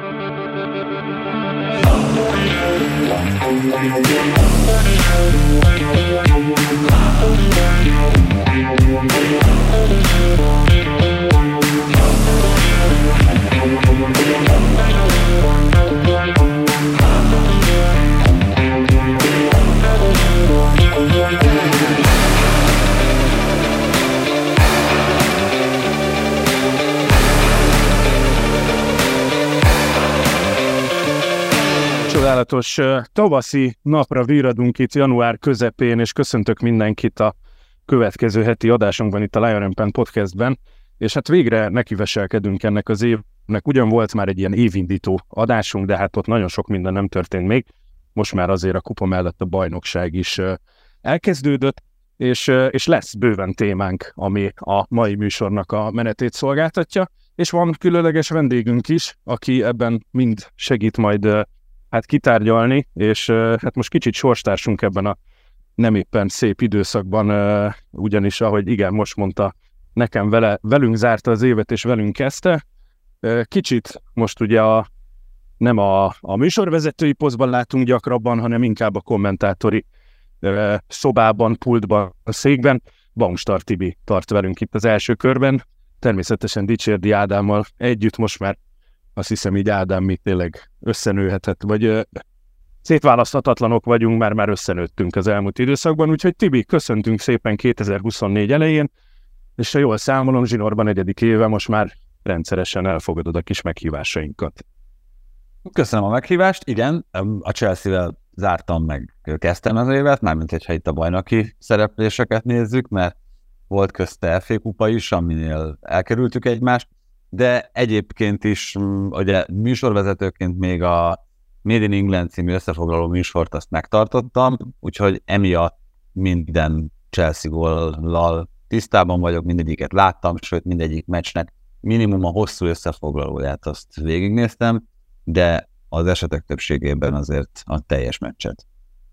Csodálatos tavaszi napra virradunk itt január közepén, és köszöntök mindenkit a következő heti adásunkban itt a Lion & Pen podcastben, és hát végre nekiveselkedünk ennek az évnek. Ugyan volt már egy ilyen évindító adásunk, de hát ott nagyon sok minden nem történt még. Most már azért a kupa mellett a bajnokság is elkezdődött, és lesz bőven témánk, ami a mai műsornak a menetét szolgáltatja, és van különleges vendégünk is, aki ebben mind segít majd kitárgyalni, és hát most kicsit sorstársunk ebben a nem éppen szép időszakban, ugyanis ahogy igen, most mondta, nekem velünk zárta az évet, és velünk kezdte. Kicsit most ugye nem a műsorvezetői posztban látunk gyakrabban, hanem inkább a kommentátori szobában, pultban, a székben. Baumstark Tibi tart velünk itt az első körben. Természetesen Dicsérdi Ádámmal együtt most már azt hiszem így Ádám mi tényleg összenőhetett, vagy szétválaszthatatlanok vagyunk, már összenőttünk az elmúlt időszakban, úgyhogy Tibi, köszöntünk szépen 2024 elején, és ha jól számolom, zsinórban 4. éve most már rendszeresen elfogadod a kis meghívásainkat. Köszönöm a meghívást, igen, a Chelsea-vel zártam meg, kezdtem az évet, mármint hogyha itt a bajnoki szerepléseket nézzük, mert volt közte FA kupa is, aminél elkerültük egymást, de egyébként is, ugye műsorvezetőként még a Made in England című összefoglaló műsort azt megtartottam, úgyhogy emiatt minden Chelsea góllal tisztában vagyok, mindegyiket láttam, sőt mindegyik meccsnek minimum a hosszú összefoglalóját azt végignéztem, de az esetek többségében azért a teljes meccset.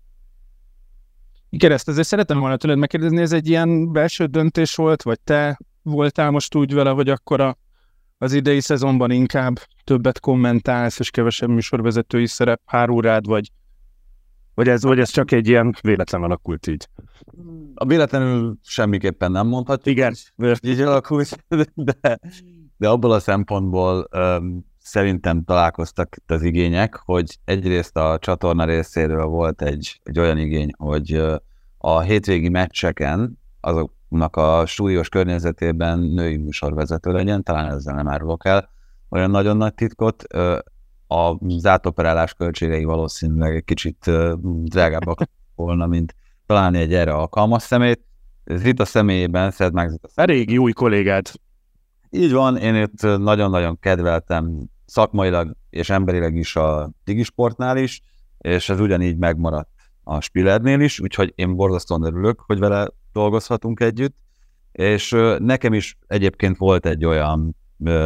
Igen, ezt azért szeretem volna tőled megkérdezni, ez egy ilyen belső döntés volt, vagy te voltál most úgy vele, hogy akkor az idei szezonban inkább többet kommentálsz, és kevesebb műsorvezetői szerep hár rád, vagy ez csak egy ilyen véletlen alakult így? A véletlenül semmiképpen nem mondhatjuk. Igen. Így alakult, de abból a szempontból szerintem találkoztak itt az igények, hogy egyrészt a csatorna részéről volt egy olyan igény, hogy a hétvégi meccseken azoknak a stúdiós környezetében női műsorvezető legyen, talán ezzel nem árulok el olyan nagyon nagy titkot. Az átoperálás költségei valószínűleg egy kicsit drágábbak volna, mint találni egy erre alkalmas személyt. Ez itt a személyében szed meg. Régi új kollégád. Így van, én itt nagyon-nagyon kedveltem szakmailag és emberileg is a Digisportnál is, és ez ugyanígy megmaradt a Spillernél is, úgyhogy én borzasztóan örülök, hogy vele dolgozhatunk együtt, és nekem is egyébként volt egy olyan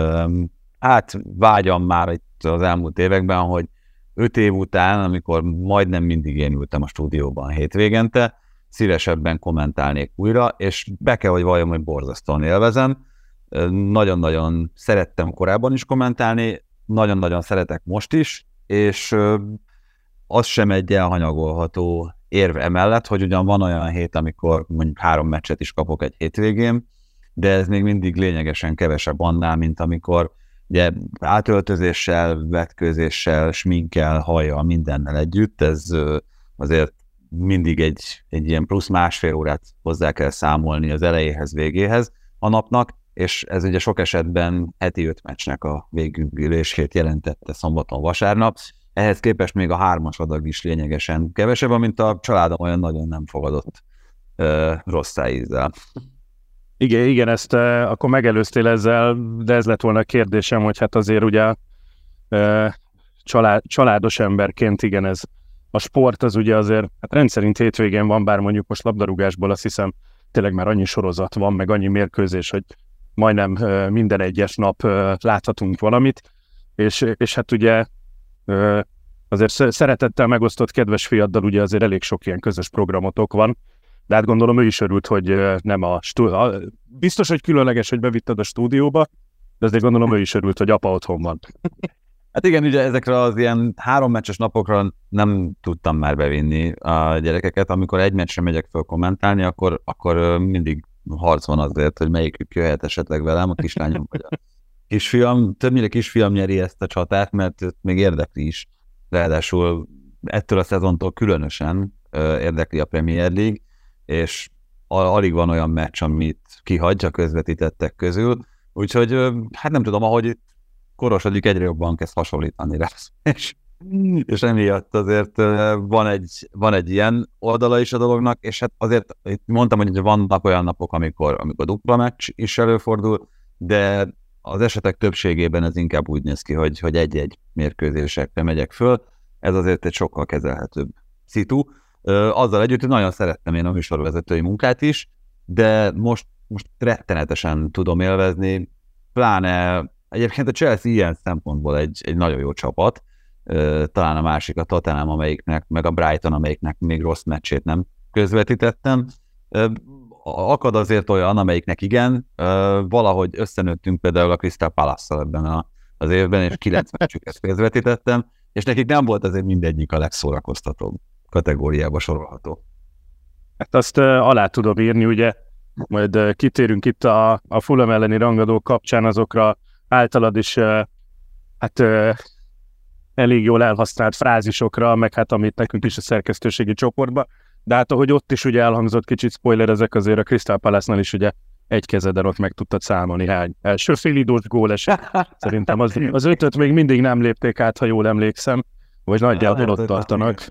vágyam már itt az elmúlt években, hogy 5 év után, amikor majdnem mindig én ültem a stúdióban hétvégente, szívesebben kommentálnék újra, és be kell, hogy valljam, hogy borzasztóan élvezem. Nagyon-nagyon szerettem korábban is kommentálni, nagyon-nagyon szeretek most is, és az sem egy elhanyagolható érv emellett, hogy ugyan van olyan hét, amikor mondjuk 3 meccset is kapok egy hétvégén, de ez még mindig lényegesen kevesebb annál, mint amikor ugye átöltözéssel, vetkőzéssel, sminkkel, hajjal, mindennel együtt, ez azért mindig egy ilyen plusz másfél órát hozzá kell számolni az elejéhez, végéhez a napnak, és ez ugye sok esetben heti 5 meccsnek a végülését jelentette szombaton, vasárnap. Ehhez képest még a 3-as adag is lényegesen kevesebb, amint a családom olyan nagyon nem fogadott rossz szájízzel. Igen, ezt akkor megelőztél ezzel, de ez lett volna a kérdésem, hogy hát azért ugye családos emberként, igen, ez a sport az ugye azért hát rendszerint hétvégén van, bár mondjuk most labdarúgásból azt hiszem tényleg már annyi sorozat van, meg annyi mérkőzés, hogy majdnem minden egyes nap láthatunk valamit, és hát ugye azért szeretettel megosztott kedves fiaddal ugye azért elég sok ilyen közös programotok van, de hát gondolom ő is örült, hogy nem biztos, hogy különleges, hogy bevitted a stúdióba, de azért gondolom ő is örült, hogy apa otthon van. Hát igen, ugye ezekre az ilyen 3 meccses napokra nem tudtam már bevinni a gyerekeket. Amikor egy meccsre megyek föl kommentálni, akkor mindig harc van azért, hogy melyikük jöhet esetleg velem, a kislányom vagy a kisfiam. Többnyire kisfiam nyeri ezt a csatát, mert őt még érdekli is. Ráadásul ettől a szezontól különösen érdekli a Premier League, és alig van olyan meccs, amit kihagy a közvetítettek közül. Úgyhogy hát nem tudom, ahogy itt korosodik, egyre jobban kezd hasonlítani rá. És emiatt azért van egy ilyen oldala is a dolognak, és hát azért mondtam, hogy vannak olyan napok, amikor dupla meccs is előfordul, de az esetek többségében ez inkább úgy néz ki, hogy egy-egy mérkőzésekre megyek föl. Ez azért egy sokkal kezelhetőbb szitu. Azzal együtt, hogy nagyon szerettem én a műsorvezetői munkát is, de most rettenetesen tudom élvezni, pláne egyébként a Chelsea ilyen szempontból egy nagyon jó csapat, talán a másik a Tottenham, amelyiknek, meg a Brighton, amelyiknek még rossz meccsét nem közvetítettem. Akad azért olyan, amelyiknek igen, valahogy összenőttünk például a Crystal Palace-szal ebben az évben, és 9 meccsüket közvetítettem, és nekik nem volt azért mindegyik a legszórakoztatóbb kategóriába sorolható. Hát azt alá tudom írni, ugye, majd kitérünk itt a Fulham elleni rangadó kapcsán azokra általad is elég jól elhasznált frázisokra, meg hát amit nekünk is a szerkesztőségi csoportban, de hát ahogy ott is ugye elhangzott, kicsit spoiler ezek, azért a Crystal Palace-nál is ugye egy kezeden ott meg tudtad számolni hány első félidős gól esett. Szerintem az 5-öt még mindig nem lépték át, ha jól emlékszem, vagy nagyjából ott tartanak.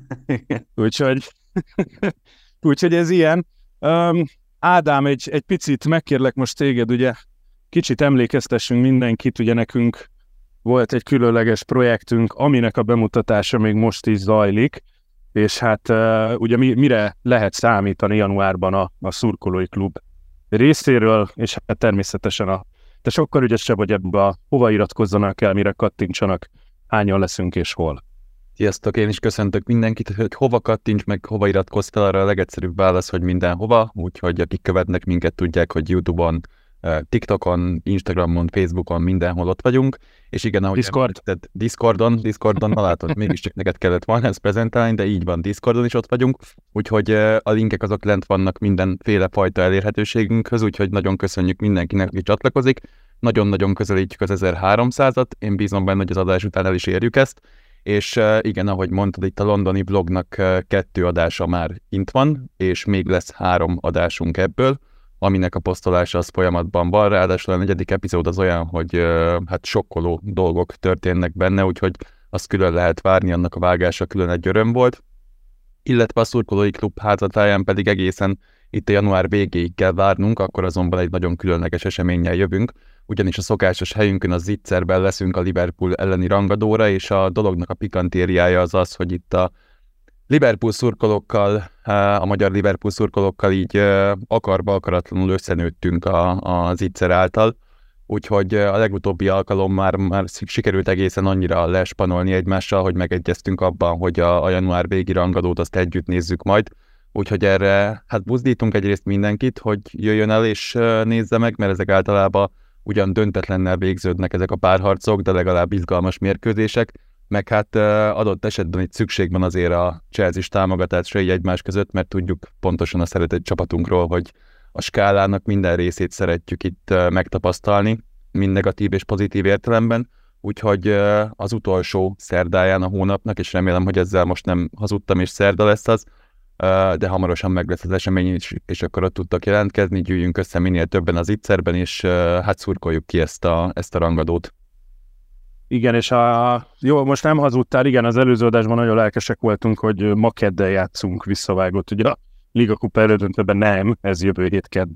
Úgyhogy ez ilyen. Ádám, egy picit megkérlek most téged, ugye kicsit emlékeztessünk mindenkit, ugye nekünk volt egy különleges projektünk, aminek a bemutatása még most is zajlik, és hát ugye mire lehet számítani januárban a szurkolói klub részéről, és hát természetesen te sokkal ügyesebb vagy ebbe hova iratkozzanak el, mire kattintsanak, hányan leszünk és hol. Sziasztok, én is köszöntök mindenkit, hogy hova kattints, meg hova iratkoztál, arra a legegyszerűbb válasz, hogy mindenhova, úgyhogy akik követnek minket tudják, hogy YouTube-on, TikTokon, Instagramon, Facebookon, mindenhol ott vagyunk, és igen, ahogy Discordon, na látod, mégiscsak neked kellett volna ezt prezentálni, de így van, Discordon is ott vagyunk, úgyhogy a linkek azok lent vannak mindenféle fajta elérhetőségünkhöz, úgyhogy nagyon köszönjük mindenkinek, aki csatlakozik, nagyon-nagyon közelítjük az 1300-at, én bízom benne, hogy az adás után el is érjük ezt, és igen, ahogy mondtad, itt a londoni vlognak 2 adása már kint van, és még lesz 3 adásunk ebből, aminek a posztolása az folyamatban van, ráadásul a 4. epizód az olyan, hogy hát sokkoló dolgok történnek benne, úgyhogy azt külön lehet várni, annak a vágása külön egy öröm volt. Illetve a szurkolói klub házatáján pedig egészen itt a január végéig kell várnunk, akkor azonban egy nagyon különleges eseménnyel jövünk, ugyanis a szokásos helyünkön a Zitzerben leszünk a Liverpool elleni rangadóra, és a dolognak a pikantériája az az, hogy itt a Liverpool szurkolókkal, a magyar Liverpool szurkolókkal így akarba-akaratlanul összenőttünk a Zitzer által, úgyhogy a legutóbbi alkalom már sikerült egészen annyira lespanolni egymással, hogy megegyeztünk abban, hogy a január végi rangadót azt együtt nézzük majd, úgyhogy erre hát buzdítunk egyrészt mindenkit, hogy jöjjön el és nézze meg, mert ezek általában ugyan döntetlennel végződnek ezek a párharcok, de legalább izgalmas mérkőzések, meg hát adott esetben itt szükség van azért a Chelsea-s támogatásra így egymás között, mert tudjuk pontosan a szeretett csapatunkról, hogy a skálának minden részét szeretjük itt megtapasztalni, mind negatív és pozitív értelemben, úgyhogy az utolsó szerdáján a hónapnak, és remélem, hogy ezzel most nem hazudtam, és szerda lesz az, de hamarosan meg lesz az esemény is, és akkor ott tudtak jelentkezni, gyűjjünk össze minél többen az Itzerben, és hát szurkoljuk ki ezt a rangadót. Igen, és jó, most nem hazudtál, igen, az előző adásban nagyon lelkesek voltunk, hogy ma kedden játszunk visszavágott, ugye a Liga Kupa elődöntőben nem, ez jövő hét kedd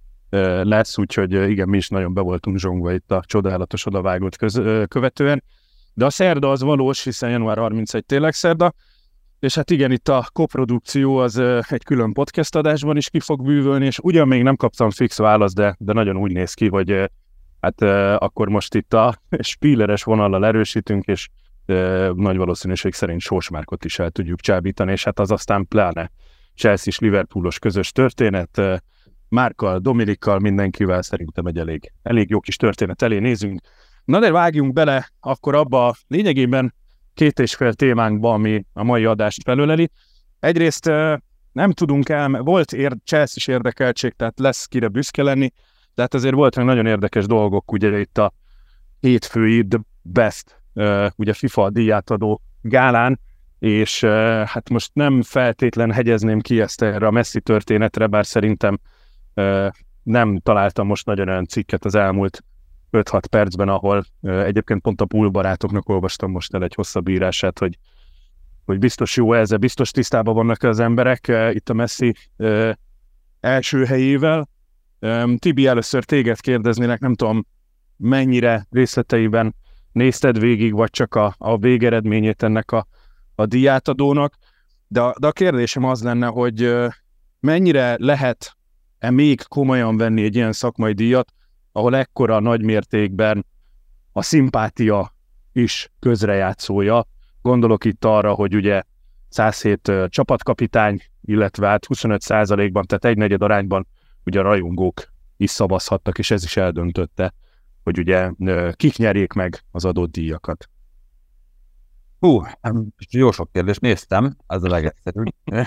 lesz, úgyhogy igen, mi is nagyon be voltunk zsongva itt a csodálatos odavágott követően, de a szerda az valós, hiszen január 31 tényleg szerda, és hát igen, itt a koprodukció az egy külön podcast adásban is ki fog bűvölni, és ugyan még nem kaptam fix választ, de nagyon úgy néz ki, hogy hát akkor most itt a spilleres vonallal erősítünk, és nagy valószínűség szerint Sós Márkot is el tudjuk csábítani, és hát az aztán pláne Chelsea-s Liverpoolos közös történet. Márkkal, Dominikkal, mindenkivel szerintem egy elég jó kis történet elé nézünk. Na de vágjunk bele akkor abba lényegében 2,5 témánkba, ami a mai adást felöleli. Egyrészt nem tudunk volt Chelsea-s érdekeltség, tehát lesz kire büszke lenni, de hát azért voltak nagyon érdekes dolgok, ugye itt a hétfői The Best, ugye FIFA díjátadó gálán, és hát most nem feltétlen hegyezném ki ezt erre a Messi történetre, bár szerintem nem találtam most nagyon olyan cikket az elmúlt 5-6 percben, ahol egyébként pont a Pool barátoknak olvastam most el egy hosszabb írását, hogy biztos jó ezzel, biztos tisztában vannak az emberek itt a Messi első helyével. Tibi, először téged kérdeznélek, nem tudom, mennyire részleteiben nézted végig, vagy csak a végeredményét ennek a díjátadónak, de a kérdésem az lenne, hogy mennyire lehet-e még komolyan venni egy ilyen szakmai díjat, ahol ekkora nagy mértékben a szimpátia is közrejátszója. Gondolok itt arra, hogy ugye 107 csapatkapitány, illetve hát 25%-ban, tehát 1/4 arányban ugye a rajongók is szavazhattak, és ez is eldöntötte, hogy ugye kik nyerjék meg az adott díjakat. Jó sok kérdést néztem, az a legegyszerűbb.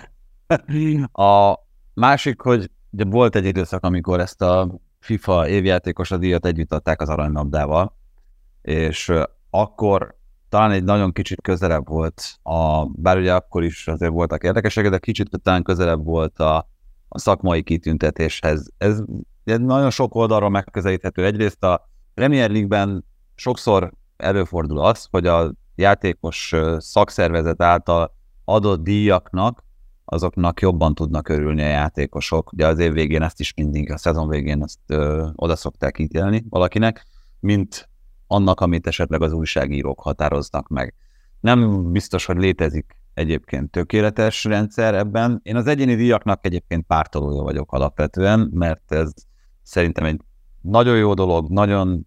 A másik, hogy ugye volt egy időszak, amikor ezt a FIFA évjátékos a díjat együtt adták az aranylabdával, és akkor talán egy nagyon kicsit közelebb volt, bár ugye akkor is azért voltak érdekesek, de kicsit talán közelebb volt a szakmai kitüntetéshez. Ez nagyon sok oldalról megközelíthető. Egyrészt a Premier League-ben sokszor előfordul az, hogy a játékos szakszervezet által adott díjaknak, azoknak jobban tudnak örülni a játékosok. Ugye az év végén ezt is mindig, a szezon végén ezt oda szokták ítélni valakinek, mint annak, amit esetleg az újságírók határoznak meg. Nem biztos, hogy létezik egyébként tökéletes rendszer ebben. Én az egyéni díjaknak egyébként pártolója vagyok alapvetően, mert ez szerintem egy nagyon jó dolog, nagyon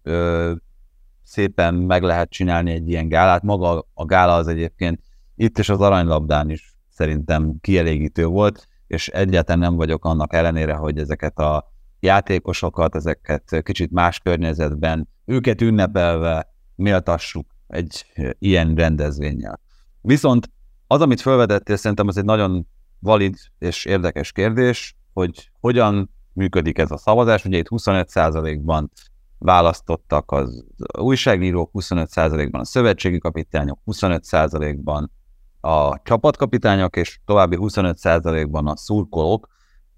szépen meg lehet csinálni egy ilyen gálát. Maga a gála az egyébként itt és az aranylabdán is szerintem kielégítő volt, és egyáltalán nem vagyok annak ellenére, hogy ezeket a játékosokat, ezeket kicsit más környezetben, őket ünnepelve méltassuk egy ilyen rendezvénnyel. Viszont az, amit felvetettél, szerintem az egy nagyon valid és érdekes kérdés, hogy hogyan működik ez a szavazás. Ugye itt 25%-ban választottak az újságírók, 25%-ban a szövetségi kapitányok, 25%-ban a csapatkapitányok, és további 25%-ban a szurkolók.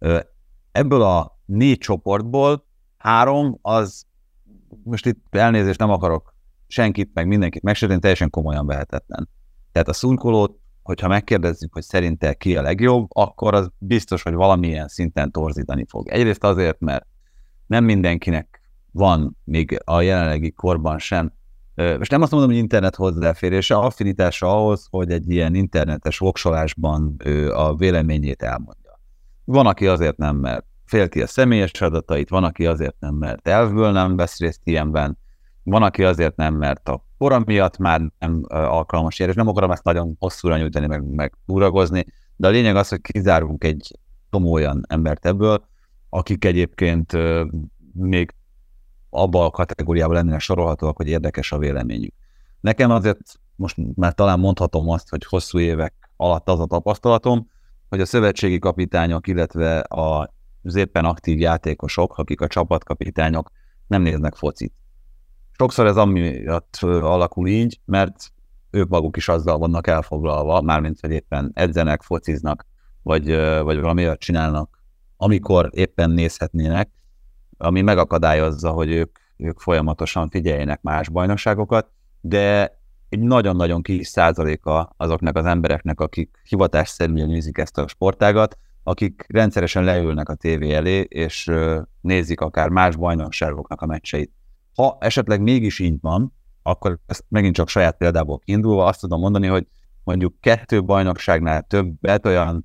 Ebből a 4 csoportból 3 az, most itt elnézést, nem akarok senkit, meg mindenkit megsérteni, teljesen komolyan vehetetlen. Tehát a szurkolót, hogyha megkérdezzük, hogy szerinte ki a legjobb, akkor az biztos, hogy valamilyen szinten torzítani fog. Egyrészt azért, mert nem mindenkinek van még a jelenlegi korban sem, most nem azt mondom, hogy internet hozzáférése, affinitása ahhoz, hogy egy ilyen internetes voksolásban a véleményét elmondja. Van, aki azért nem, mert félti a személyes adatait, van, aki azért nem, mert elvből nem vesz részt ilyenben, van, aki azért nem, mert a kora miatt már nem alkalmas ilyen, és nem akarom ezt nagyon hosszúra nyújtani, meg uragozni, de a lényeg az, hogy kizárunk egy csomó olyan embert ebből, akik egyébként még abban a kategóriában lennének sorolhatóak, hogy érdekes a véleményük. Nekem azért most már talán mondhatom azt, hogy hosszú évek alatt az a tapasztalatom, hogy a szövetségi kapitányok, illetve az éppen aktív játékosok, akik a csapatkapitányok, nem néznek focit. Sokszor ez amiatt alakul így, mert ők maguk is azzal vannak elfoglalva, mármint, hogy éppen edzenek, fociznak, vagy valami olyat csinálnak, amikor éppen nézhetnének, ami megakadályozza, hogy ők folyamatosan figyeljenek más bajnokságokat, de egy nagyon-nagyon kis százaléka azoknak az embereknek, akik hivatásszerűen nézik ezt a sportágat, akik rendszeresen leülnek a tévé elé, és nézik akár más bajnokságoknak a meccseit. Ha esetleg mégis így van, akkor ezt megint csak saját példából kiindulva azt tudom mondani, hogy mondjuk 2 bajnokságnál többet olyan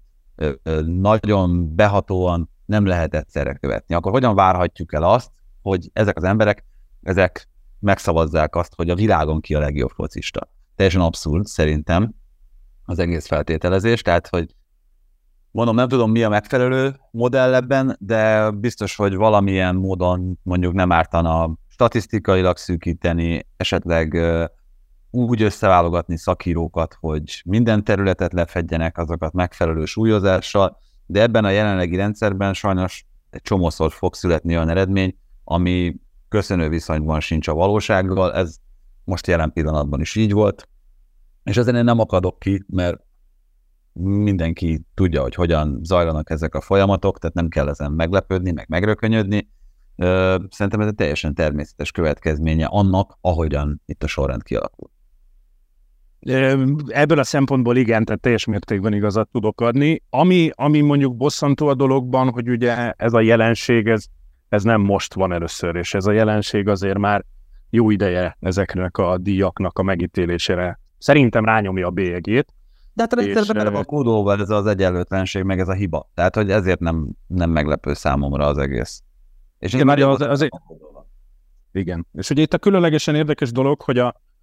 nagyon behatóan nem lehet egyszerre követni. Akkor hogyan várhatjuk el azt, hogy ezek az emberek, ezek megszavazzák azt, hogy a világon ki a legjobb focista? Teljesen abszurd szerintem az egész feltételezés, tehát hogy mondom, nem tudom, mi a megfelelő modell ebben, de biztos, hogy valamilyen módon mondjuk nem ártana statisztikailag szűkíteni, esetleg úgy összeválogatni szakírókat, hogy minden területet lefedjenek, azokat megfelelő súlyozással, de ebben a jelenlegi rendszerben sajnos egy csomószor fog születni olyan eredmény, ami köszönő viszonyban sincs a valósággal, ez most jelen pillanatban is így volt, és ezen én nem akadok ki, mert mindenki tudja, hogy hogyan zajlanak ezek a folyamatok, tehát nem kell ezen meglepődni, meg megrökönyödni. Szerintem ez egy teljesen természetes következménye annak, ahogyan itt a sorrend kialakul. Ebből a szempontból igen, tehát teljes mértékben igazat tudok adni. Ami mondjuk bosszantó a dologban, hogy ugye ez a jelenség, ez nem most van először, és ez a jelenség azért már jó ideje ezeknek a díjaknak a megítélésére. Szerintem rányomja a bélyegét. De hát a rendszerben bele van kódolva ez az egyenlőtlenség, meg ez a hiba. Tehát, hogy ezért nem meglepő számomra az egész. És igen, már igen. És ugye itt a különlegesen érdekes dolog, hogy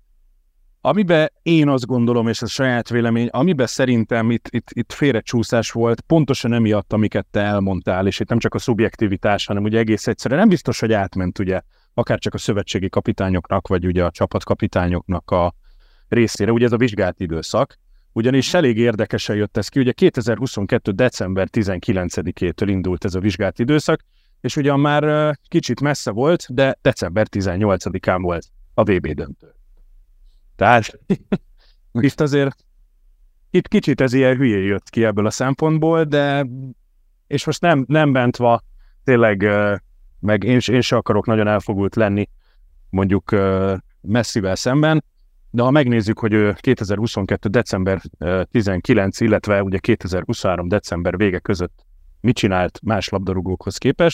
amiben én azt gondolom, és ez saját vélemény, amiben szerintem itt félrecsúszás volt, pontosan emiatt, amiket te elmondtál, és itt nem csak a szubjektivitás, hanem ugye egész egyszerűen nem biztos, hogy átment ugye akár csak a szövetségi kapitányoknak, vagy ugye a csapatkapitányoknak a részére, ugye ez a vizsgált időszak, ugyanis elég érdekesen jött ez ki, ugye 2022. december 19-től indult ez a vizsgált időszak, és ugyan már kicsit messze volt, de december 18-án volt a VB döntő. Tehát itt azért itt kicsit ez ilyen hülyé jött ki ebből a szempontból, de és most nem bentva tényleg, meg én se akarok nagyon elfogult lenni mondjuk Messivel szemben, de ha megnézzük, hogy 2022. december 19, illetve ugye 2023. december vége között mit csinált más labdarúgókhoz képest,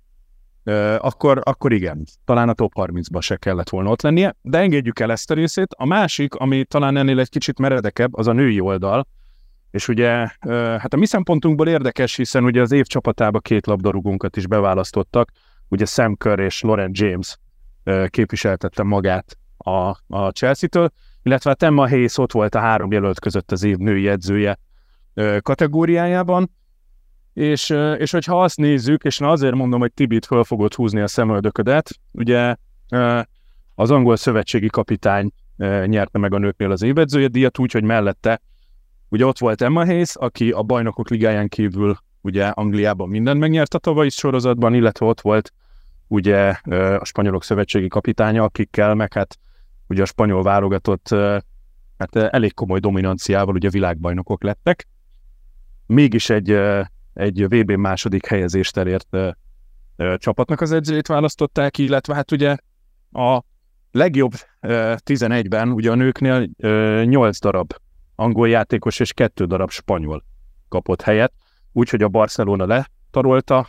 akkor igen, talán a top 30-ban se kellett volna ott lennie, de engedjük el ezt a részét. A másik, ami talán ennél egy kicsit meredekebb, az a női oldal, és ugye hát a mi szempontunkból érdekes, hiszen ugye az év csapatába 2 labdarúgónkat is beválasztottak, ugye Sam Kerr és Lauren James képviseltette magát a Chelsea-től, illetve hát Emma Hayes ott volt a 3 jelölt között az év női edzője kategóriájában, és hogyha azt nézzük, és na azért mondom, hogy Tibit föl fogod húzni a szemöldöködet, ugye az angol szövetségi kapitány nyerte meg a nőknél az évedzője díjat, úgyhogy mellette ugye ott volt Emma Hayes, aki a Bajnokok Ligáján kívül ugye Angliában mindent megnyert a tavalyi sorozatban, illetve ott volt ugye a spanyolok szövetségi kapitánya, akikkel meg hát ugye a spanyol válogatott hát elég komoly dominanciával ugye világbajnokok lettek. Mégis egy VB második helyezést elért csapatnak az edzőjét választották, illetve hát ugye a legjobb 11-ben ugye a nőknél 8 darab angol játékos és 2 darab spanyol kapott helyet, úgyhogy a Barcelona letarolta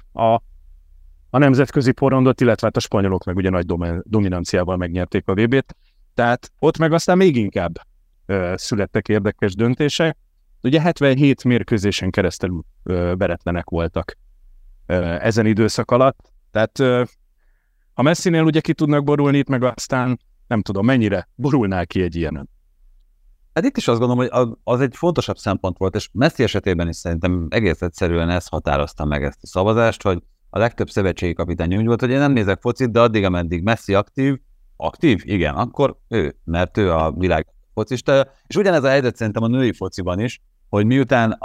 a nemzetközi porondot, illetve hát a spanyolok meg ugye nagy dominanciával megnyerték a VB-t, tehát ott meg aztán még inkább születtek érdekes döntések. Ugye 77 mérkőzésen keresztül veretlenek voltak ezen időszak alatt, tehát a Messinél ugye ki tudnak borulni, itt meg aztán nem tudom, mennyire borulnál ki egy ilyenen. Hát itt is azt gondolom, hogy az egy fontosabb szempont volt, és Messi esetében is szerintem egész egyszerűen ez határozta meg ezt a szavazást, hogy a legtöbb szövetségi kapitány úgy volt, hogy én nem nézek focit, de addig, ameddig Messi aktív, igen, akkor mert ő a világ focistája, és ugyanez a helyzet szerintem a női fociban is, hogy miután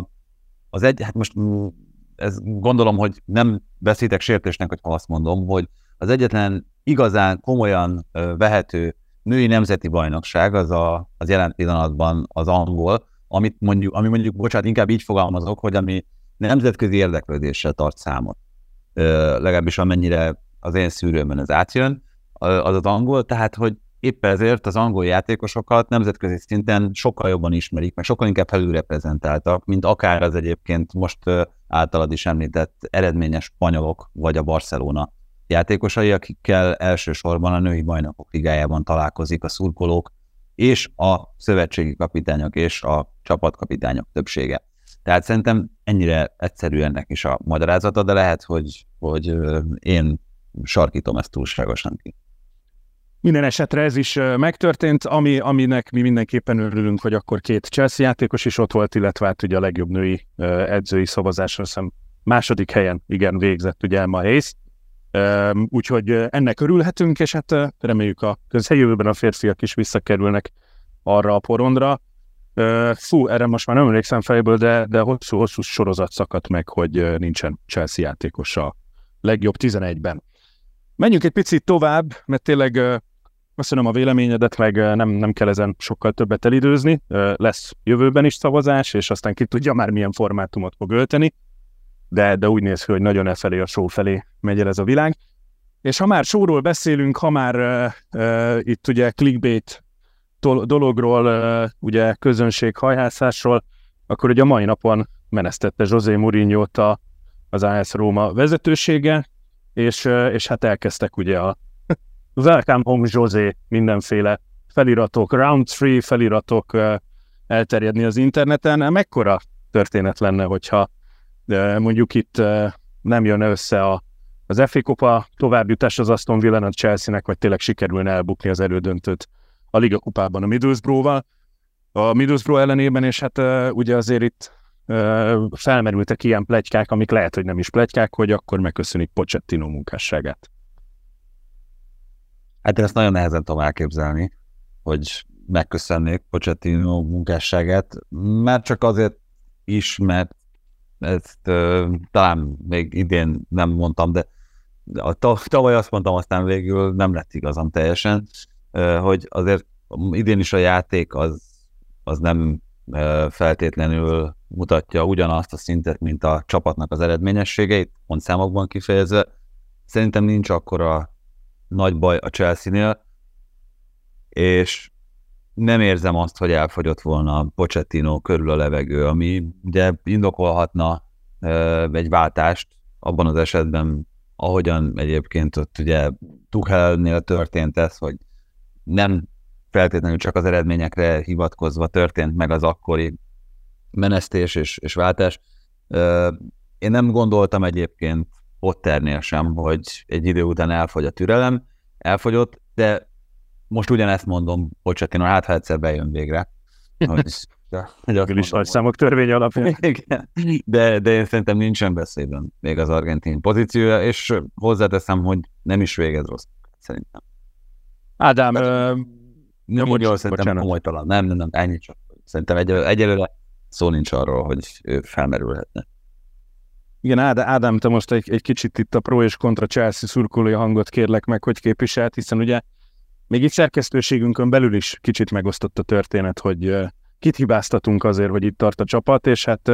hát most ez gondolom, hogy nem veszítek sértésnek, hogyha azt mondom, hogy az egyetlen igazán komolyan vehető női nemzeti bajnokság az jelen pillanatban az angol, ami mondjuk, bocsánat, inkább így fogalmazok, hogy ami nemzetközi érdeklődéssel tart számot. Legalábbis amennyire az én szűrőmben ez átjön, az angol, tehát hogy épp ezért az angol játékosokat nemzetközi szinten sokkal jobban ismerik, meg sokkal inkább felülreprezentáltak, mint akár az egyébként most általad is említett eredményes spanyolok, vagy a Barcelona játékosai, akikkel elsősorban a női bajnokok ligájában találkozik a szurkolók, és a szövetségi kapitányok és a csapatkapitányok többsége. Tehát szerintem ennyire egyszerű ennek is a magyarázata, de lehet, hogy én sarkítom ezt túlságosan ki. Minden esetre ez is megtörtént, aminek mi mindenképpen örülünk, hogy akkor 2 Chelsea játékos is ott volt, illetve hát ugye a legjobb női edzői szavazásra hiszem második helyen igen végzett ugye Emma Hayes. Úgyhogy ennek örülhetünk, és hát reméljük a közeljövőben a férfiak is visszakerülnek arra a porondra. Erre most már nem emlékszem fejből, de hosszú sorozat szakadt meg, hogy nincsen Chelsea játékos a legjobb 11-ben. Menjünk egy picit tovább, mert tényleg köszönöm a véleményedet, meg nem kell ezen sokkal többet elidőzni. Lesz jövőben is szavazás, és aztán ki tudja már milyen formátumot fog ölteni, de úgy néz ki, hogy nagyon elfelé a show felé megy el ez a világ. És ha már showról beszélünk, ha már itt ugye clickbait dologról, ugye közönség hajhászásról, akkor ugye a mai napon menesztette José Mourinho-t az AS Róma vezetősége, és hát elkezdtek ugye a Welcome Home José mindenféle feliratok, round 3 feliratok elterjedni az interneten. Mekkora történet lenne, hogyha mondjuk itt nem jönne össze az FA Kupa továbbjutás az Aston Villa-n a Chelsea-nek, vagy tényleg sikerülne elbukni az elődöntőt a Liga kupában a Middlesbrough-val, a Middlesbrough ellenében, és hát ugye azért itt felmerültek ilyen pletykák, amik lehet, hogy nem is pletykák, hogy akkor megköszönik Pochettino munkásságát. Hát ezt nagyon nehezen tudom elképzelni, hogy megköszönnék Pochettino munkásságát, már csak azért is, mert ezt talán még idén nem mondtam, de tavaly azt mondtam, aztán végül nem lett igazam teljesen, hogy azért idén is a játék az nem feltétlenül mutatja ugyanazt a szintet, mint a csapatnak az eredményességeit, pontszámokban kifejezve. Szerintem nincs akkora nagy baj a Chelsea-nél, és nem érzem azt, hogy elfogyott volna Pochettino körül a levegő, ami ugye indokolhatna egy váltást abban az esetben, ahogyan egyébként ott ugye Tuchelnél történt ez, hogy nem feltétlenül csak az eredményekre hivatkozva történt meg az akkori menesztés és váltás. Én nem gondoltam egyébként Potternél sem, hogy egy idő után elfogy a türelem, elfogyott, de most ugyanezt mondom Pochettino, hát ha egyszer bejön végre. Hogy is nagy számok törvény alapján. De én szerintem nincsen veszélyben még az argentin pozíciója, és hozzáteszem, hogy nem is végez rossz, szerintem. Ádám, szerintem komolytalan. Nem, ennyi csak. Szerintem egyelőre szó nincs arról, hogy ő felmerülhetne. Igen, Ádám, te most egy kicsit itt a pro és kontra Chelsea szurkolói hangot kérlek meg, hogy képviselt, hiszen ugye még itt szerkesztőségünkön belül is kicsit megosztott a történet, hogy kit hibáztatunk azért, hogy itt tart a csapat, és hát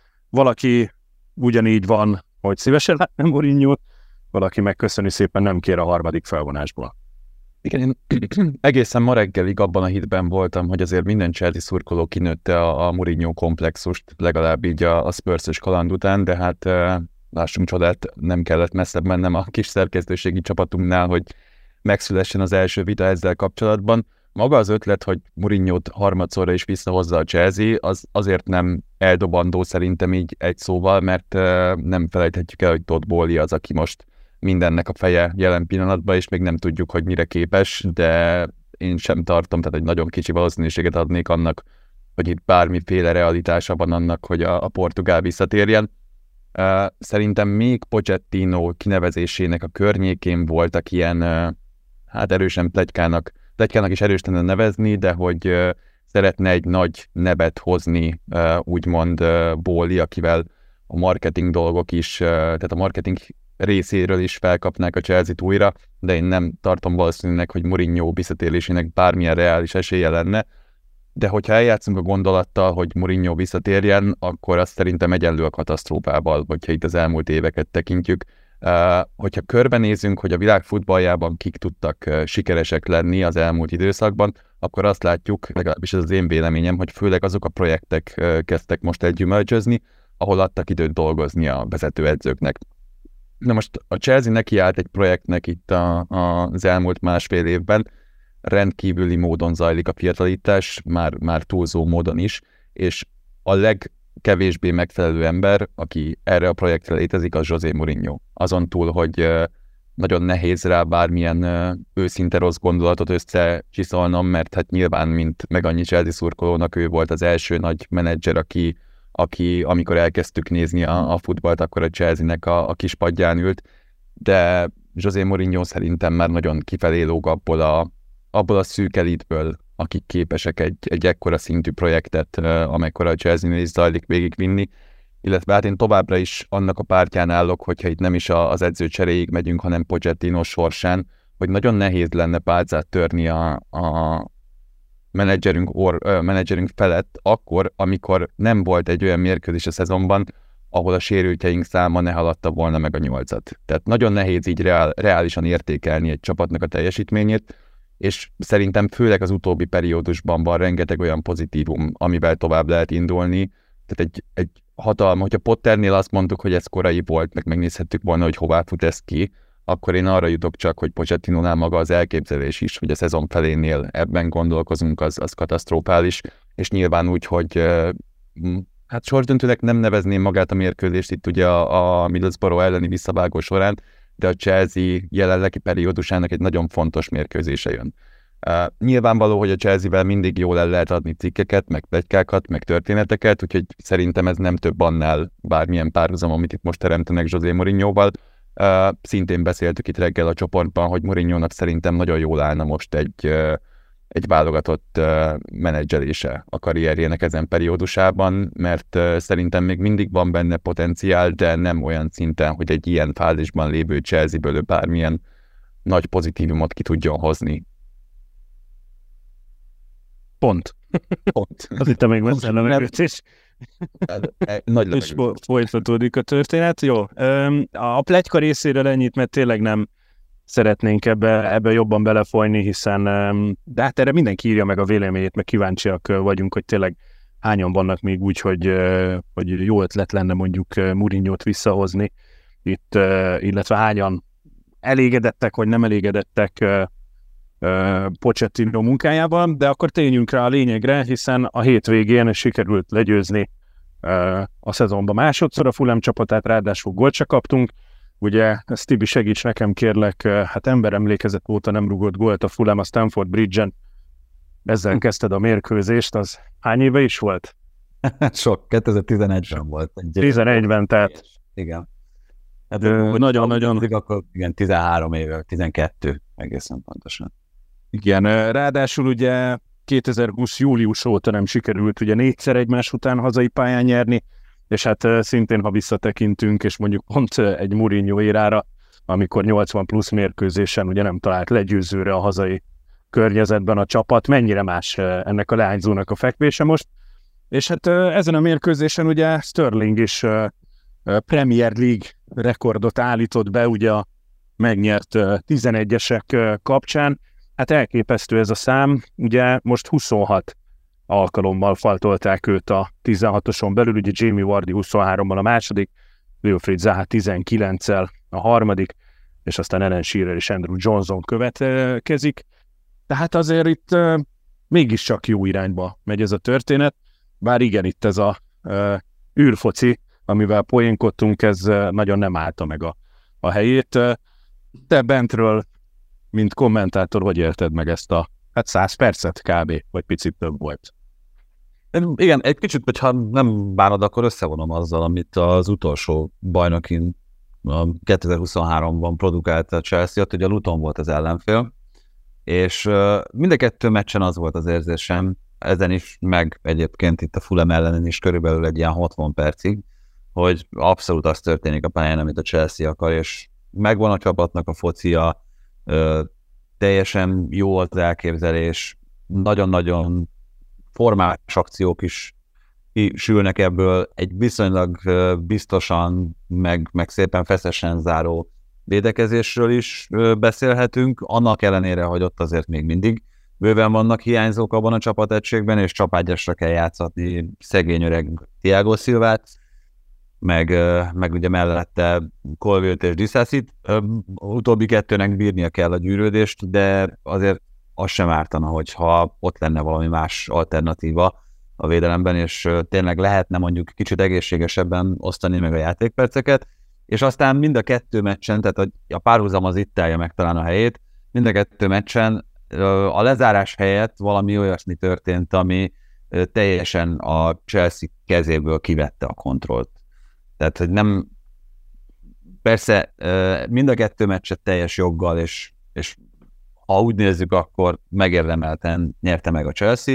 valaki ugyanígy van, hogy szívesen látna Mourinho-t, valaki megköszöni szépen, nem kér a harmadik felvonásból. Igen, én egészen ma reggelig abban a hitben voltam, hogy azért minden Chelsea szurkoló kinőtte a Mourinho komplexust, legalább így a Spurs-ös kaland után, de hát lássunk csodát, nem kellett messzebb mennem a kis szerkesztőségi csapatunknál, hogy megszülessen az első vita ezzel kapcsolatban. Maga az ötlet, hogy Mourinho-t harmadszorra is visszahozza a Chelsea, azért nem eldobandó szerintem így egy szóval, mert nem felejthetjük el, hogy Todd Bowley az, aki most mindennek a feje jelen pillanatban, és még nem tudjuk, hogy mire képes, de én sem tartom, tehát egy nagyon kicsi valószínűséget adnék annak, hogy itt bármiféle realitása van annak, hogy a portugál visszatérjen. Szerintem még Pochettino kinevezésének a környékén voltak ilyen, hát erősen pletykának is erős lenne nevezni, de hogy szeretne egy nagy nevet hozni, úgymond Bowley, akivel a marketing dolgok is, tehát a marketing részéről is felkapnák a Chelsea-t újra, de én nem tartom valószínűleg, hogy Mourinho visszatérésének bármilyen reális esélye lenne, de hogyha eljátszunk a gondolattal, hogy Mourinho visszatérjen, akkor azt szerintem egyenlő a katasztrófával, hogyha itt az elmúlt éveket tekintjük. Hogyha körbenézünk, hogy a világ futballjában kik tudtak sikeresek lenni az elmúlt időszakban, akkor azt látjuk, legalábbis ez az én véleményem, hogy főleg azok a projektek kezdtek most el gyümölcsözni, ahol adtak időt dolgozni a vezetőedzőknek. Na most a Chelsea nekiállt egy projektnek itt az elmúlt másfél évben, rendkívüli módon zajlik a fiatalítás, már túlzó módon is, és a legkevésbé megfelelő ember, aki erre a projektre létezik, az José Mourinho. Azon túl, hogy nagyon nehéz rá bármilyen őszinte rossz gondolatot összecsiszolnom, mert hát nyilván, mint meg annyi Chelsea szurkolónak, ő volt az első nagy menedzser, aki amikor elkezdtük nézni a futballt, akkor a Chelsea-nek a kispadján ült, de José Mourinho szerintem már nagyon kifelé lóg abból a szűk elitből, akik képesek egy ekkora szintű projektet, amekkora a Chelsea-nél is zajlik végigvinni, illetve hát én továbbra is annak a pártján állok, hogyha itt nem is az edzőcseréig megyünk, hanem Pochettino sorsán, hogy nagyon nehéz lenne pálcát törni a menedzserünk felett akkor, amikor nem volt egy olyan mérkőzés a szezonban, ahol a sérültjeink száma ne haladta volna meg a 8-at. Tehát nagyon nehéz így reálisan értékelni egy csapatnak a teljesítményét, és szerintem főleg az utóbbi periódusban van rengeteg olyan pozitívum, amivel tovább lehet indulni. Tehát egy hatalma, hogyha Potternél azt mondtuk, hogy ez korai volt, meg megnézhettük volna, hogy hová fut ez ki, akkor én arra jutok csak, hogy Pochettinónál maga az elképzelés is, hogy a szezon felénél ebben gondolkozunk, az katasztrofális, és nyilván úgy, hogy hát sorsdöntőnek nem nevezném magát a mérkőzést itt ugye a Middlesbrough elleni visszavágó során, de a Chelsea jelenlegi periódusának egy nagyon fontos mérkőzése jön. Nyilvánvaló, hogy a Chelsea-vel mindig jól el lehet adni cikkeket, meg pletykákat, meg történeteket, úgyhogy szerintem ez nem több annál bármilyen párhuzam, amit itt most teremtenek José Mourinhoval. Szintén beszéltük itt reggel a csoportban, hogy Mourinhonak szerintem nagyon jól állna most egy válogatott menedzselése a karrierjének ezen periódusában, mert szerintem még mindig van benne potenciál, de nem olyan szinten, hogy egy ilyen fázisban lévő Chelsea-ből bármilyen nagy pozitívumot ki tudjon hozni. Pont. Azt hittem még messze a megőtés. Nagy és folytatódik a történet. Jó. A pletyka részéről ennyit, mert tényleg nem szeretnénk ebbe jobban belefolyni, hiszen de hát erre mindenki írja meg a véleményét, meg kíváncsiak vagyunk, hogy tényleg hányan vannak még úgy, hogy jó ötlet lenne mondjuk Mourinhót visszahozni itt, illetve hányan elégedettek, vagy nem elégedettek Pochettino munkájával, de akkor térjünk rá a lényegre, hiszen a hétvégén sikerült legyőzni a szezonban másodszor a Fulham csapatát, ráadásul gólt se kaptunk. Ugye, ezt Tibi segíts nekem kérlek, hát emberemlékezet óta nem rúgott gólt a Fulham a Stamford Bridge-en. Ezzel kezdted a mérkőzést, az hány éve is volt? Sok, 2011-ben volt. 11-ben, tehát... Igen. Hát, nagyon-nagyon... Akkor igen, 13 éve, 12 egészen pontosan. Igen, ráadásul ugye 2020 július óta nem sikerült ugye 4-szer egymás után hazai pályán nyerni, és hát szintén, ha visszatekintünk, és mondjuk pont egy Mourinho érára, amikor 80 plusz mérkőzésen ugye nem talált legyőzőre a hazai környezetben a csapat, mennyire más ennek a leányzónak a fekvése most. És hát ezen a mérkőzésen ugye Sterling is Premier League rekordot állított be ugye a megnyert 11-esek kapcsán. Hát elképesztő ez a szám, ugye most 26 alkalommal faltolták őt a 16-oson belül, ugye Jamie Vardy 23-mal a második, Wilfried Zaha 19-el a harmadik, és aztán Alan Shearer és Andrew Johnson következik. Tehát azért itt mégiscsak jó irányba megy ez a történet, bár igen, itt ez a űrfoci, amivel poénkodtunk, ez nagyon nem állta meg a helyét. Te bentről, mint kommentátor, hogy élted meg ezt a 100 percet kb. Vagy picit több volt? Igen, egy kicsit, hogyha nem bánod, akkor összevonom azzal, amit az utolsó bajnokin 2023-ban produkált a Chelsea, ott ugye a Luton volt az ellenfél, és mind a kettő meccsen az volt az érzésem, ezen is, meg egyébként itt a Fulham ellen is körülbelül egy ilyen 60 percig, hogy abszolút az történik a pályán, amit a Chelsea akar, és megvan a csapatnak a focia, teljesen jó az elképzelés, nagyon-nagyon formás akciók is sülnek ebből, egy viszonylag biztosan, meg szépen feszesen záró védekezésről is beszélhetünk, annak ellenére, hogy ott azért még mindig bőven vannak hiányzók abban a csapategységben, és csapágyasra kell játszatni szegény öreg Thiago Silvát, meg ugye mellette Colwill-t és Disassit. Utóbbi kettőnek bírnia kell a gyűrődést, de azért az sem ártana, hogyha ott lenne valami más alternatíva a védelemben, és tényleg lehetne mondjuk kicsit egészségesebben osztani meg a játékperceket, és aztán mind a kettő meccsen, tehát a párhuzam az itt állja meg talán a helyét, mind a kettő meccsen a lezárás helyett valami olyasmi történt, ami teljesen a Chelsea kezéből kivette a kontrollt. Tehát, hogy nem persze mind a kettő meccset teljes joggal, és ha úgy nézzük, akkor megérdemelten nyerte meg a Chelsea,